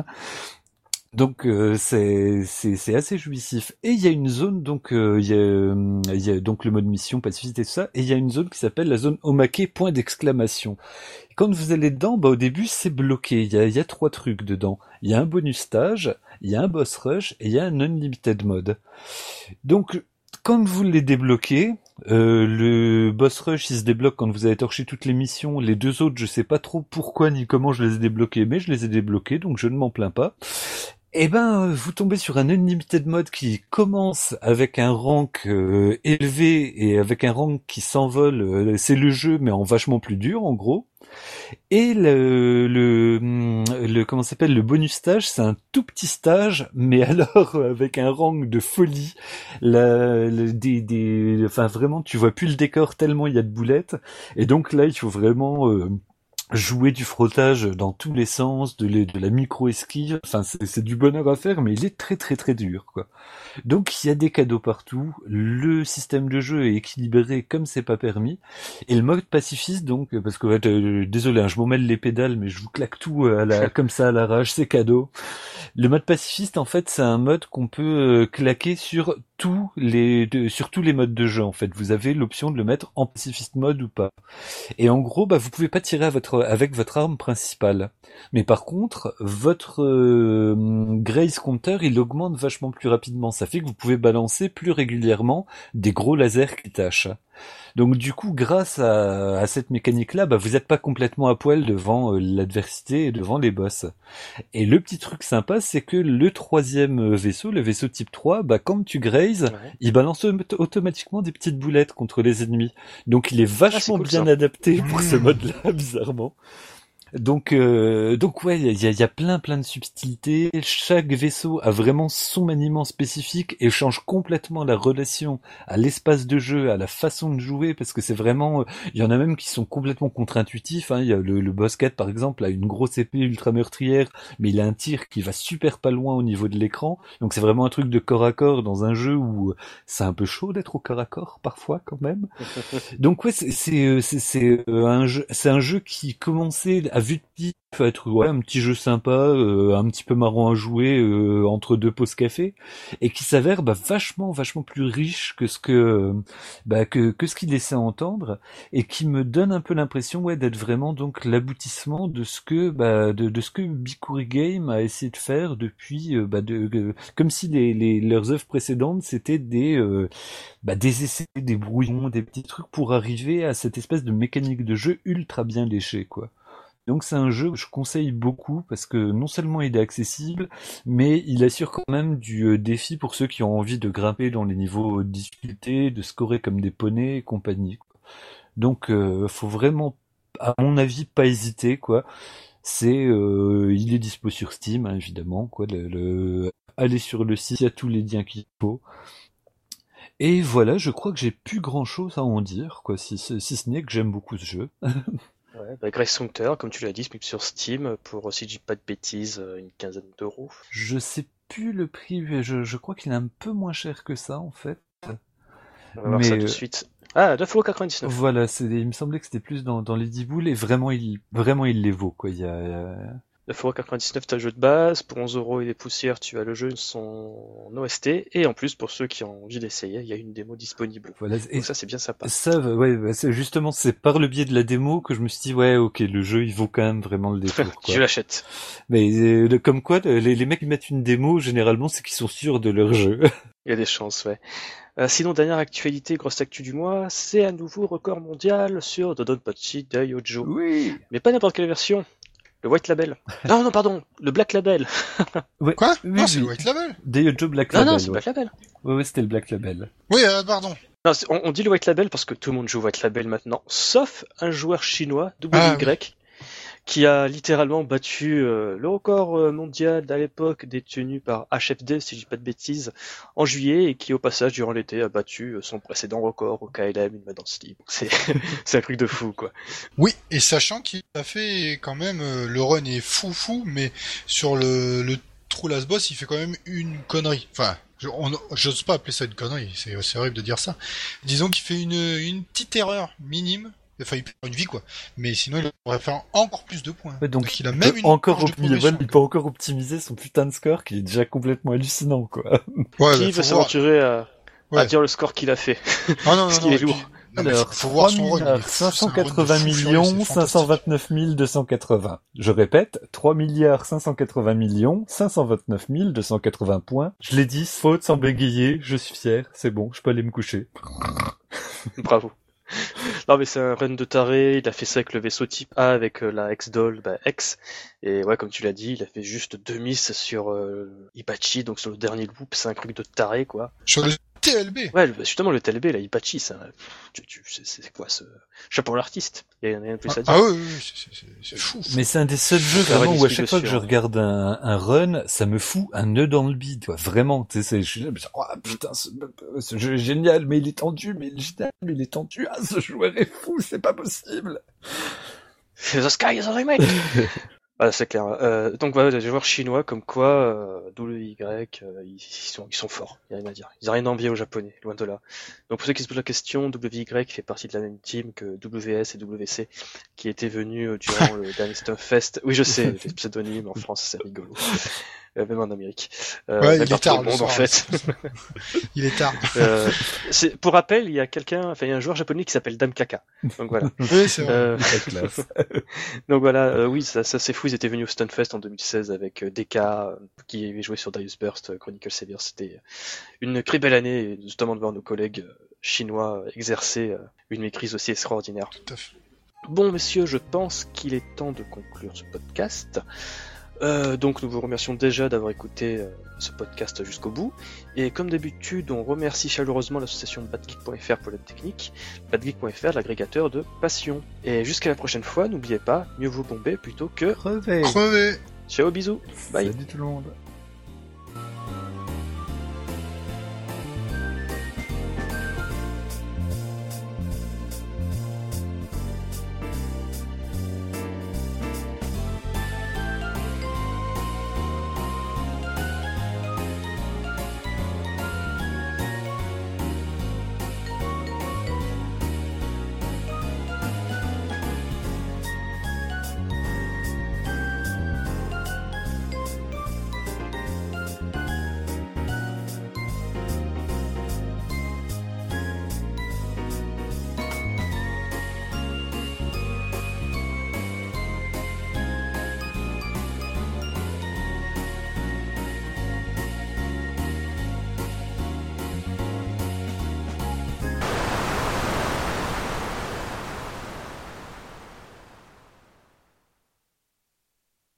S3: Donc euh, c'est c'est c'est assez jouissif. Et il y a une zone donc euh, il y a il y a donc le mode mission pacifiste et tout ça, et il y a une zone qui s'appelle la zone Omake point d'exclamation. Et quand vous allez dedans, bah au début c'est bloqué. Il y a il y a trois trucs dedans. Il y a un bonus stage, il y a un boss rush et il y a un unlimited mode. Donc quand vous les débloquez, euh, le boss rush il se débloque quand vous avez torché toutes les missions. Les deux autres, je sais pas trop pourquoi ni comment je les ai débloqués, mais je les ai débloqués, donc je ne m'en plains pas. Eh ben, vous tombez sur un unlimited mode qui commence avec un rank euh, élevé et avec un rank qui s'envole. Euh, c'est le jeu, mais en vachement plus dur, en gros. Et le, le, le comment ça s'appelle, le bonus stage, c'est un tout petit stage, mais alors avec un rank de folie. La, la, des, des, enfin vraiment, tu vois plus le décor tellement il y a de boulettes. Et donc là, il faut vraiment euh, jouer du frottage dans tous les sens, de, les, de la micro-esquive. Enfin, c'est, c'est du bonheur à faire, mais il est très très très dur, quoi. Donc il y a des cadeaux partout, le système de jeu est équilibré comme c'est pas permis, et le mode pacifiste donc, parce que euh, désolé, hein, je m'en mêle les pédales, mais je vous claque tout à la, comme ça à l'arrache, c'est cadeau. Le mode pacifiste en fait c'est un mode qu'on peut euh, claquer sur tous les de, sur tous les modes de jeu en fait. Vous avez l'option de le mettre en pacifiste mode ou pas. Et en gros, bah vous pouvez pas tirer à votre avec votre arme principale. Mais par contre, votre euh, Grace Counter, il augmente vachement plus rapidement. Ça fait que vous pouvez balancer plus régulièrement des gros lasers qui tâchent. Donc du coup, grâce à, à cette mécanique-là, bah, vous n'êtes pas complètement à poil devant euh, l'adversité et devant les boss. Et le petit truc sympa, c'est que le troisième vaisseau, le vaisseau type trois, bah, quand tu grazes, ouais. il balance automatiquement des petites boulettes contre les ennemis. Donc il est vachement ah, c'est cool, bien ça. adapté pour mmh. ce mode-là, bizarrement. Donc, euh, donc ouais, il y a, y a plein plein de subtilités. Chaque vaisseau a vraiment son maniement spécifique et change complètement la relation à l'espace de jeu, à la façon de jouer, parce que c'est vraiment, il y en a même qui sont complètement contre-intuitifs. Hein. Il y a le, le boss cat par exemple, a une grosse épée ultra meurtrière, mais il a un tir qui va super pas loin au niveau de l'écran. Donc c'est vraiment un truc de corps à corps dans un jeu où c'est un peu chaud d'être au corps à corps parfois quand même. Donc ouais, c'est c'est c'est, c'est un jeu, c'est un jeu qui commençait à vue de pied peut être ouais, un petit jeu sympa, euh, un petit peu marrant à jouer euh, entre deux pauses café, et qui s'avère bah, vachement vachement plus riche que ce que bah, que que ce qu'il laissait entendre, et qui me donne un peu l'impression ouais d'être vraiment donc l'aboutissement de ce que bah de, de ce que Bikuri Game a essayé de faire depuis euh, bah de, de comme si les, les leurs œuvres précédentes c'était des euh, bah des essais, des brouillons, des petits trucs pour arriver à cette espèce de mécanique de jeu ultra bien léchée quoi. Donc c'est un jeu que je conseille beaucoup parce que non seulement il est accessible, mais il assure quand même du défi pour ceux qui ont envie de grimper dans les niveaux de difficulté, de scorer comme des poneys et compagnie. Quoi. Donc euh, faut vraiment, à mon avis, pas hésiter quoi. C'est, euh, il est dispo sur Steam hein, évidemment quoi. Le, le... Allez sur le site, il y a tous les liens qu'il faut. Et voilà, je crois que j'ai plus grand chose à en dire quoi, si, si ce n'est que j'aime beaucoup ce jeu.
S1: Ouais, bah Grace Hunter, comme tu l'as dit, sur Steam, pour, si je dis pas de bêtises, une quinzaine d'euros.
S3: Je sais plus le prix, je, je crois qu'il est un peu moins cher que ça, en fait.
S1: On va voir Mais ça tout de suite. Ah, neuf euros quatre-vingt-dix-neuf.
S3: Voilà, c'est, il me semblait que c'était plus dans, dans les dix boules, et vraiment, il, vraiment, il les vaut, quoi. Il y a, il y a...
S1: neuf euros quatre-vingt-dix-neuf, t'as le jeu de base, pour onze euros et des poussières, tu as le jeu son O S T, et en plus, pour ceux qui ont envie d'essayer, il y a une démo disponible.
S3: Voilà,
S1: et donc ça, c'est bien sympa.
S3: Ça, ouais, c'est justement, c'est par le biais de la démo que je me suis dit, ouais, ok, le jeu, il vaut quand même vraiment le détour, quoi.
S1: Je l'achète.
S3: Mais, euh, comme quoi, les, les mecs qui mettent une démo, généralement, c'est qu'ils sont sûrs de leur jeu.
S1: Il y a des chances, ouais. Euh, sinon, dernière actualité, grosse actu du mois, c'est un nouveau record mondial sur Dodonpachi Daiojo.
S3: Oui.
S1: Mais pas n'importe quelle version. Le White Label. Non, non, pardon, le Black Label.
S2: Ouais. Quoi oui, Non, oui. C'est le White Label.
S3: Daiojo Black
S1: non,
S3: Label.
S1: Non, non, c'est
S3: ouais.
S1: Black Label.
S3: Ouais, ouais, c'était le Black Label.
S2: Oui, euh, pardon.
S1: Non, on, on dit le White Label parce que tout le monde joue White Label maintenant, sauf un joueur chinois, W Y, ah, oui. qui a littéralement battu euh, le record euh, mondial à l'époque détenu par H F D, si je dis pas de bêtises, en juillet, et qui au passage durant l'été a battu euh, son précédent record au K L M, une Madance Libre. C'est c'est un truc de fou, quoi.
S2: Oui, et sachant qu'il a fait quand même, euh, le run est fou fou, mais sur le, le True Last Boss, il fait quand même une connerie. Enfin, je, on, j'ose pas appeler ça une connerie, c'est, c'est horrible de dire ça. Disons qu'il fait une, une petite erreur minime. Enfin, il perd une vie, quoi. Mais sinon, il aurait fait encore plus de points.
S3: Ouais, donc,
S2: il a
S3: il
S2: même
S3: peut
S2: une
S3: encore
S2: marge de
S3: optimiser,
S2: progression.
S3: il peut encore optimiser son putain de score qui est déjà complètement hallucinant, quoi.
S2: Ouais,
S1: Qui
S2: bah,
S1: veut
S2: faut voir.
S1: s'aventurer à,
S2: Ouais.
S1: à dire le score qu'il a fait?
S2: Ah non, non,
S1: Parce
S2: non,
S1: qu'il est
S2: et puis-
S1: lourd.
S2: non, mais
S3: Alors,
S2: faut, faut voir son run. il est-
S3: cinq cent
S2: c'est un run de
S3: quatre-vingts
S2: fou furieux,
S3: millions,
S2: c'est
S3: cinq cent
S2: fantastique.
S3: vingt-neuf mille deux cent quatre-vingts. Je répète, trois milliards cinq cent quatre-vingts millions, cinq cent vingt-neuf mille deux cent quatre-vingts points. Je l'ai dit, faute sans bégayer, je suis fier, c'est bon, je peux aller me coucher.
S1: Bravo. Non mais c'est un run de taré, il a fait ça avec le vaisseau type A avec euh, la X-Doll, bah X, et ouais comme tu l'as dit, il a fait juste deux miss sur euh, Ipachi, donc sur le dernier loop, c'est un truc de taré quoi.
S2: Sur le T L B.
S1: Ouais, le- justement le T L B, la Ipachi, ça, tu, tu, c'est, c'est quoi ce... Chapeau à l'artiste, il y a rien de plus à dire.
S2: Ah oui, oui, oui, c'est, c'est, c'est fou.
S3: Mais c'est un des seuls jeux
S1: Ça
S3: vraiment
S1: va
S3: où à
S1: discuter
S3: chaque fois que
S1: dessus,
S3: je
S1: hein.
S3: regarde un, un run, ça me fout un nœud dans le bide, quoi. Vraiment, tu sais, c'est- je suis là, mais genre, oh, putain, ce, ce jeu est génial, mais il est tendu, mais il est génial, mais il est tendu, ah, ce joueur est fou, c'est pas possible.
S1: The sky is the limit. Voilà, c'est clair. Euh, donc voilà, les joueurs chinois, comme quoi, euh, W Y, euh, ils, ils sont, ils sont forts. Il y a rien à dire. Ils n'ont rien à envier aux Japonais, loin de là. Donc pour ceux qui se posent la question, W Y fait partie de la même team que W S et W C, qui étaient venus euh, durant le dernier Stunfest. Oui, je sais, les pseudonymes en France, c'est rigolo. Euh, même en Amérique. Euh,
S2: Ouais,
S1: même
S2: il est
S1: partout
S2: tard
S1: dans le
S2: le
S1: monde, en
S2: soir.
S1: fait.
S2: Il est tard.
S1: Euh, c'est, pour rappel, il y a quelqu'un, enfin, il y a un joueur japonais qui s'appelle Dame Kaka. Donc voilà.
S2: Oui, c'est vrai.
S1: Euh,
S3: La classe.
S1: donc voilà, euh, oui, ça, ça c'est fou. Ils étaient venus au Stunfest en deux mille seize avec euh, D K euh, qui avait joué sur Darius Burst, euh, Chronicle Savior. C'était une très belle année, et notamment de voir nos collègues euh, chinois exercer euh, une maîtrise aussi extraordinaire.
S2: Tout à fait.
S1: Bon, messieurs, je pense qu'il est temps de conclure ce podcast. Euh, donc nous vous remercions déjà d'avoir écouté euh, ce podcast jusqu'au bout, et comme d'habitude on remercie chaleureusement l'association badgeek point f r pour l'aide technique, badgeek point f r l'agrégateur de passion. Et jusqu'à la prochaine fois, n'oubliez pas, mieux vaut bomber plutôt que
S3: Crevé.
S2: Crevé.
S1: ciao, bisous, bye.
S3: Salut tout le monde.